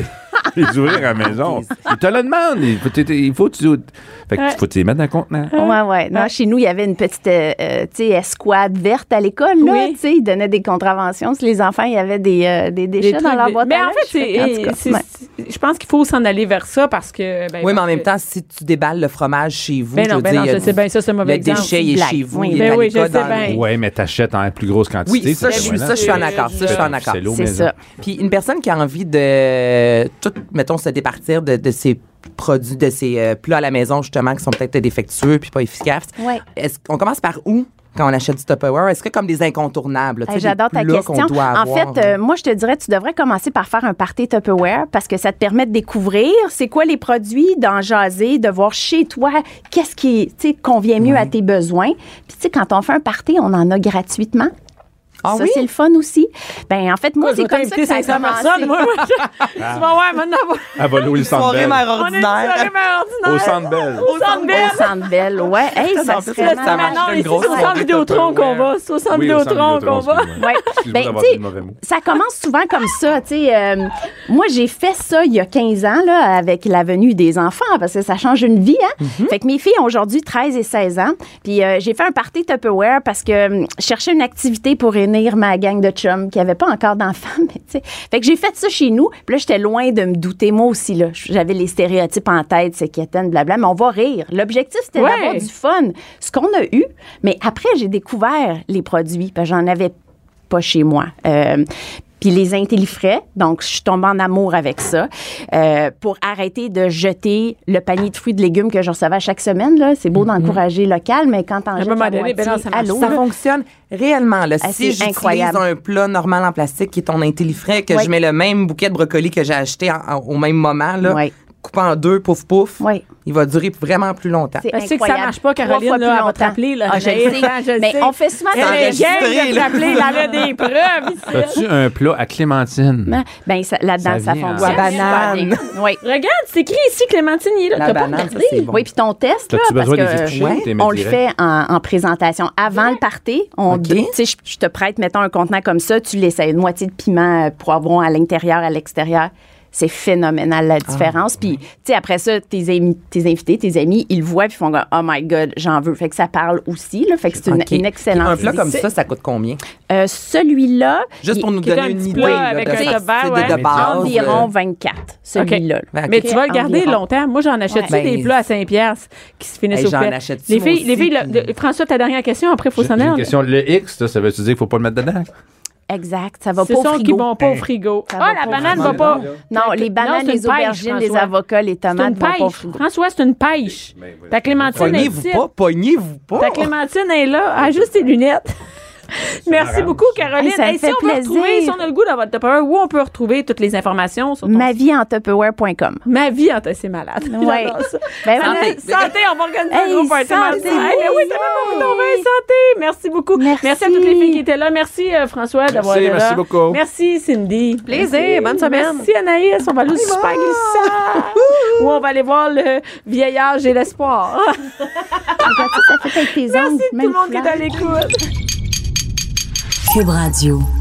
Speaker 7: les ouvrir à la maison. Ils te le demandent. Il faut que tu fait que faut les mettre dans le contenant.
Speaker 8: Ouais. Non, chez nous, il y avait une petite escouade verte à l'école. Là,
Speaker 4: Oui.
Speaker 8: ils donnaient des contraventions. Si les enfants, il y avait des déchets dans leur boîte
Speaker 4: Mais
Speaker 8: à
Speaker 4: en
Speaker 8: linge.
Speaker 4: fait, je pense qu'il faut s'en aller vers ça parce que...
Speaker 6: Oui, mais en même temps, si tu déballes le fromage chez vous,
Speaker 4: Ben non,
Speaker 6: il y a
Speaker 4: je sais bien, ça, c'est un mauvais
Speaker 6: le
Speaker 4: exemple.
Speaker 6: déchet il est
Speaker 8: Blague.
Speaker 6: chez vous.
Speaker 8: Oui.
Speaker 6: Il est
Speaker 4: Ben
Speaker 6: à
Speaker 4: oui, je
Speaker 6: l'école
Speaker 4: sais
Speaker 6: dans le-
Speaker 4: bien.
Speaker 7: Oui, mais t'achètes en plus grosse quantité.
Speaker 6: Oui, ça, je suis en accord. Ça, je suis en accord.
Speaker 7: Fais-le
Speaker 8: C'est
Speaker 7: maison.
Speaker 8: ça.
Speaker 6: Puis une personne qui a envie de tout, mettons, se départir de ses produits, de ses plats à la maison, justement, qui sont peut-être défectueux puis pas efficaces.
Speaker 8: Ouais.
Speaker 6: Est-ce qu'on commence par où quand on achète du Tupperware? Est-ce que comme des incontournables? Tu sais,
Speaker 8: J'adore
Speaker 6: des
Speaker 8: ta
Speaker 6: plats
Speaker 8: question.
Speaker 6: qu'on doit
Speaker 8: En
Speaker 6: avoir?
Speaker 8: fait, moi, je te dirais, tu devrais commencer par faire un party Tupperware parce que ça te permet de découvrir c'est quoi les produits, d'en jaser, de voir chez toi qu'est-ce qui convient mieux à tes besoins. Puis, tu sais, quand on fait un party, on en a gratuitement.
Speaker 6: Ah
Speaker 8: ça,
Speaker 6: oui?
Speaker 8: c'est le fun aussi. Ben en fait, moi, c'est comme ça que ça a
Speaker 4: 500
Speaker 8: commencé.
Speaker 4: personnes, moi. Tu vas voir, maintenant.
Speaker 7: À va louer le Centre
Speaker 6: Soirée
Speaker 7: Bell.
Speaker 6: mère
Speaker 4: On est une
Speaker 6: ordinaire.
Speaker 4: soirée mère ordinaire.
Speaker 7: Au Centre Bell.
Speaker 4: Au Centre Bell.
Speaker 8: Au Centre Bell, ouais. Hey, ça
Speaker 6: En plus,
Speaker 8: serait
Speaker 6: là,
Speaker 8: malade.
Speaker 6: ça marche.
Speaker 4: Non,
Speaker 6: une
Speaker 4: ici,
Speaker 6: grosse
Speaker 4: c'est au Centre
Speaker 7: soirée
Speaker 4: Vidéotron qu'on va. C'est au Centre
Speaker 7: Oui, au Centre
Speaker 4: Vidéotron qu'on va.
Speaker 7: excuse-moi.
Speaker 8: Ouais.
Speaker 7: Excuse-moi
Speaker 8: Ben,
Speaker 7: d'avoir
Speaker 8: tu
Speaker 7: dit
Speaker 8: sais,
Speaker 7: le mauvais mot.
Speaker 8: ça commence souvent comme ça. Tu sais, moi, j'ai fait ça il y a 15 ans là, avec la venue des enfants parce que ça change une vie. Hein? Fait que mes filles ont aujourd'hui 13 et 16 ans. Puis j'ai fait un party Tupperware parce que je cherchais une activité pour réunir ma gang de chums qui n'avaient pas encore d'enfants. Mais, tu sais. Fait que j'ai fait ça chez nous. Puis là, j'étais loin de me douter. Moi aussi, là, j'avais les stéréotypes en tête, c'est quétaine, blabla. Mais on va rire. L'objectif, c'était
Speaker 4: Ouais.
Speaker 8: d'avoir du fun. Ce qu'on a eu. Mais après, j'ai découvert les produits. Parce que j'en avais pas chez moi. Puis les intellifrais, donc je suis tombée en amour avec ça, pour arrêter de jeter le panier de fruits et de légumes que je recevais chaque semaine. Là. C'est beau d'encourager local, mais quand t'en
Speaker 4: un
Speaker 8: jettes
Speaker 4: moment
Speaker 8: la
Speaker 4: donné,
Speaker 8: moitié
Speaker 4: ben non, ça
Speaker 8: à
Speaker 4: marche.
Speaker 8: l'eau,
Speaker 6: Ça
Speaker 8: là,
Speaker 6: fonctionne réellement. Là.
Speaker 8: Ah,
Speaker 6: Si
Speaker 8: c'est
Speaker 6: j'utilise
Speaker 8: incroyable.
Speaker 6: un plat normal en plastique qui est ton intellifrais, que
Speaker 8: Oui.
Speaker 6: je mets le même bouquet de brocoli que j'ai acheté au même moment, là,
Speaker 8: Oui.
Speaker 6: coupé en deux, pouf, pouf,
Speaker 8: Oui.
Speaker 6: il va durer vraiment plus longtemps.
Speaker 8: C'est
Speaker 4: Je sais que ça
Speaker 8: incroyable.
Speaker 4: marche pas,
Speaker 8: 3
Speaker 4: Caroline,
Speaker 8: fois
Speaker 4: là,
Speaker 8: plus
Speaker 4: elle va te
Speaker 8: longtemps.
Speaker 4: rappeler, là.
Speaker 8: Ah, je le
Speaker 4: Anaïs,
Speaker 8: sais.
Speaker 4: hein, je le
Speaker 8: Mais
Speaker 4: sais.
Speaker 8: on fait souvent
Speaker 4: Elle
Speaker 8: ça.
Speaker 4: est
Speaker 6: enregistré,
Speaker 4: gang de te
Speaker 6: là.
Speaker 4: rappeler, elle a des preuves ici.
Speaker 7: As-tu un plat à clémentine?
Speaker 8: Ben, là-dedans,
Speaker 7: Ça
Speaker 8: ça
Speaker 7: vient en-
Speaker 8: fonctionne.
Speaker 6: Ou à banane.
Speaker 8: super bien. Oui.
Speaker 4: Regarde, c'est écrit ici, Clémentine, il est là.
Speaker 6: La
Speaker 4: T'as pas
Speaker 6: banane, ça,
Speaker 4: regardé?
Speaker 6: c'est bon.
Speaker 8: Oui, puis ton test, là,
Speaker 7: T'as-tu
Speaker 8: parce
Speaker 7: besoin des
Speaker 8: que
Speaker 7: épluchures ou t'es mis
Speaker 8: on le
Speaker 7: direct?
Speaker 8: fait en présentation. Avant le party,
Speaker 6: OK.
Speaker 8: tu sais, je te prête, mettons, un contenant comme ça, tu l'essayes, une moitié de piment poivron à l'intérieur, à l'extérieur. C'est phénoménal, la différence. Puis, tu sais, après ça, tes invités, tes amis, ils le voient puis ils font « Oh my God, j'en veux ». Fait que ça parle aussi, là. Fait que c'est
Speaker 6: OK.
Speaker 8: une excellente
Speaker 6: Un plat
Speaker 8: idée.
Speaker 6: comme ça coûte combien?
Speaker 8: Celui-là,
Speaker 6: Juste pour nous
Speaker 4: qui est
Speaker 6: donner
Speaker 4: un
Speaker 6: une
Speaker 4: petit
Speaker 6: idée
Speaker 4: plat
Speaker 6: là,
Speaker 4: avec
Speaker 6: de
Speaker 4: un
Speaker 6: sortie
Speaker 4: tobert, ouais.
Speaker 6: de base.
Speaker 8: environ 24, celui-là.
Speaker 6: OK.
Speaker 4: Mais tu vas le garder
Speaker 8: Environ.
Speaker 4: longtemps. Moi, j'en achète-tu
Speaker 6: Ouais.
Speaker 4: des
Speaker 6: Ben,
Speaker 4: plats à 5 piastres qui se finissent
Speaker 6: Hey,
Speaker 4: au
Speaker 6: j'en
Speaker 4: fait.
Speaker 6: achète-tu,
Speaker 4: Les
Speaker 6: moi
Speaker 4: filles,
Speaker 6: aussi,
Speaker 4: là, François, ta dernière question, après, il faut
Speaker 7: J'ai
Speaker 4: s'en
Speaker 7: une
Speaker 4: aller.
Speaker 7: question. Le X, ça veut-tu dire qu'il ne faut pas le mettre dedans?
Speaker 8: Exact, ça va
Speaker 4: Ce
Speaker 8: pas au
Speaker 4: sont qui
Speaker 8: frigo.
Speaker 4: vont pas au frigo.
Speaker 8: Ça
Speaker 4: Ah,
Speaker 8: va
Speaker 4: la
Speaker 8: pas au
Speaker 4: banane
Speaker 8: frigo.
Speaker 4: va pas.
Speaker 8: Non, les bananes,
Speaker 4: c'est une
Speaker 8: les
Speaker 4: pêche,
Speaker 8: aubergines, les
Speaker 4: François.
Speaker 8: avocats, les
Speaker 4: C'est
Speaker 8: tomates
Speaker 4: une
Speaker 8: vont pas au
Speaker 4: pêche.
Speaker 8: frigo.
Speaker 4: François, c'est une pêche. Ta Clémentine est
Speaker 6: Pognez-vous
Speaker 4: ici.
Speaker 6: pas, pognez-vous pas.
Speaker 4: Ta Clémentine est là. Elle a juste tes lunettes. Merci beaucoup, Caroline.
Speaker 8: Hey, ça me
Speaker 4: Hey, si
Speaker 8: fait
Speaker 4: on veut retrouver,
Speaker 8: plaisir.
Speaker 4: si on a le goût dans votre Tupperware, où on peut retrouver toutes les informations sur ton
Speaker 8: Mavientupperware.com.
Speaker 4: Ma vie en c'est malade.
Speaker 8: Ouais.
Speaker 4: J'adore ça.
Speaker 8: Ben oui.
Speaker 4: Santé, on va organiser
Speaker 8: Hey,
Speaker 4: un gros party.
Speaker 8: santé,
Speaker 4: mardi. Hey, ben oui, t'as même pas tombé. Santé. Merci beaucoup.
Speaker 8: Merci.
Speaker 4: à toutes les filles qui étaient là. Merci, François, d'avoir été là.
Speaker 7: merci beaucoup.
Speaker 4: Merci, Cindy.
Speaker 5: Plaisir.
Speaker 4: Merci.
Speaker 5: Bonne semaine.
Speaker 4: Merci, Anaïs. On va aller au super glissant. Où on va aller voir le vieillage et l'espoir.
Speaker 8: Regarde ça, ça fait avec tes ongles.
Speaker 4: Merci tout
Speaker 8: même
Speaker 4: le monde qui est
Speaker 8: couleur.
Speaker 4: à l'écoute.
Speaker 1: Cube Radio.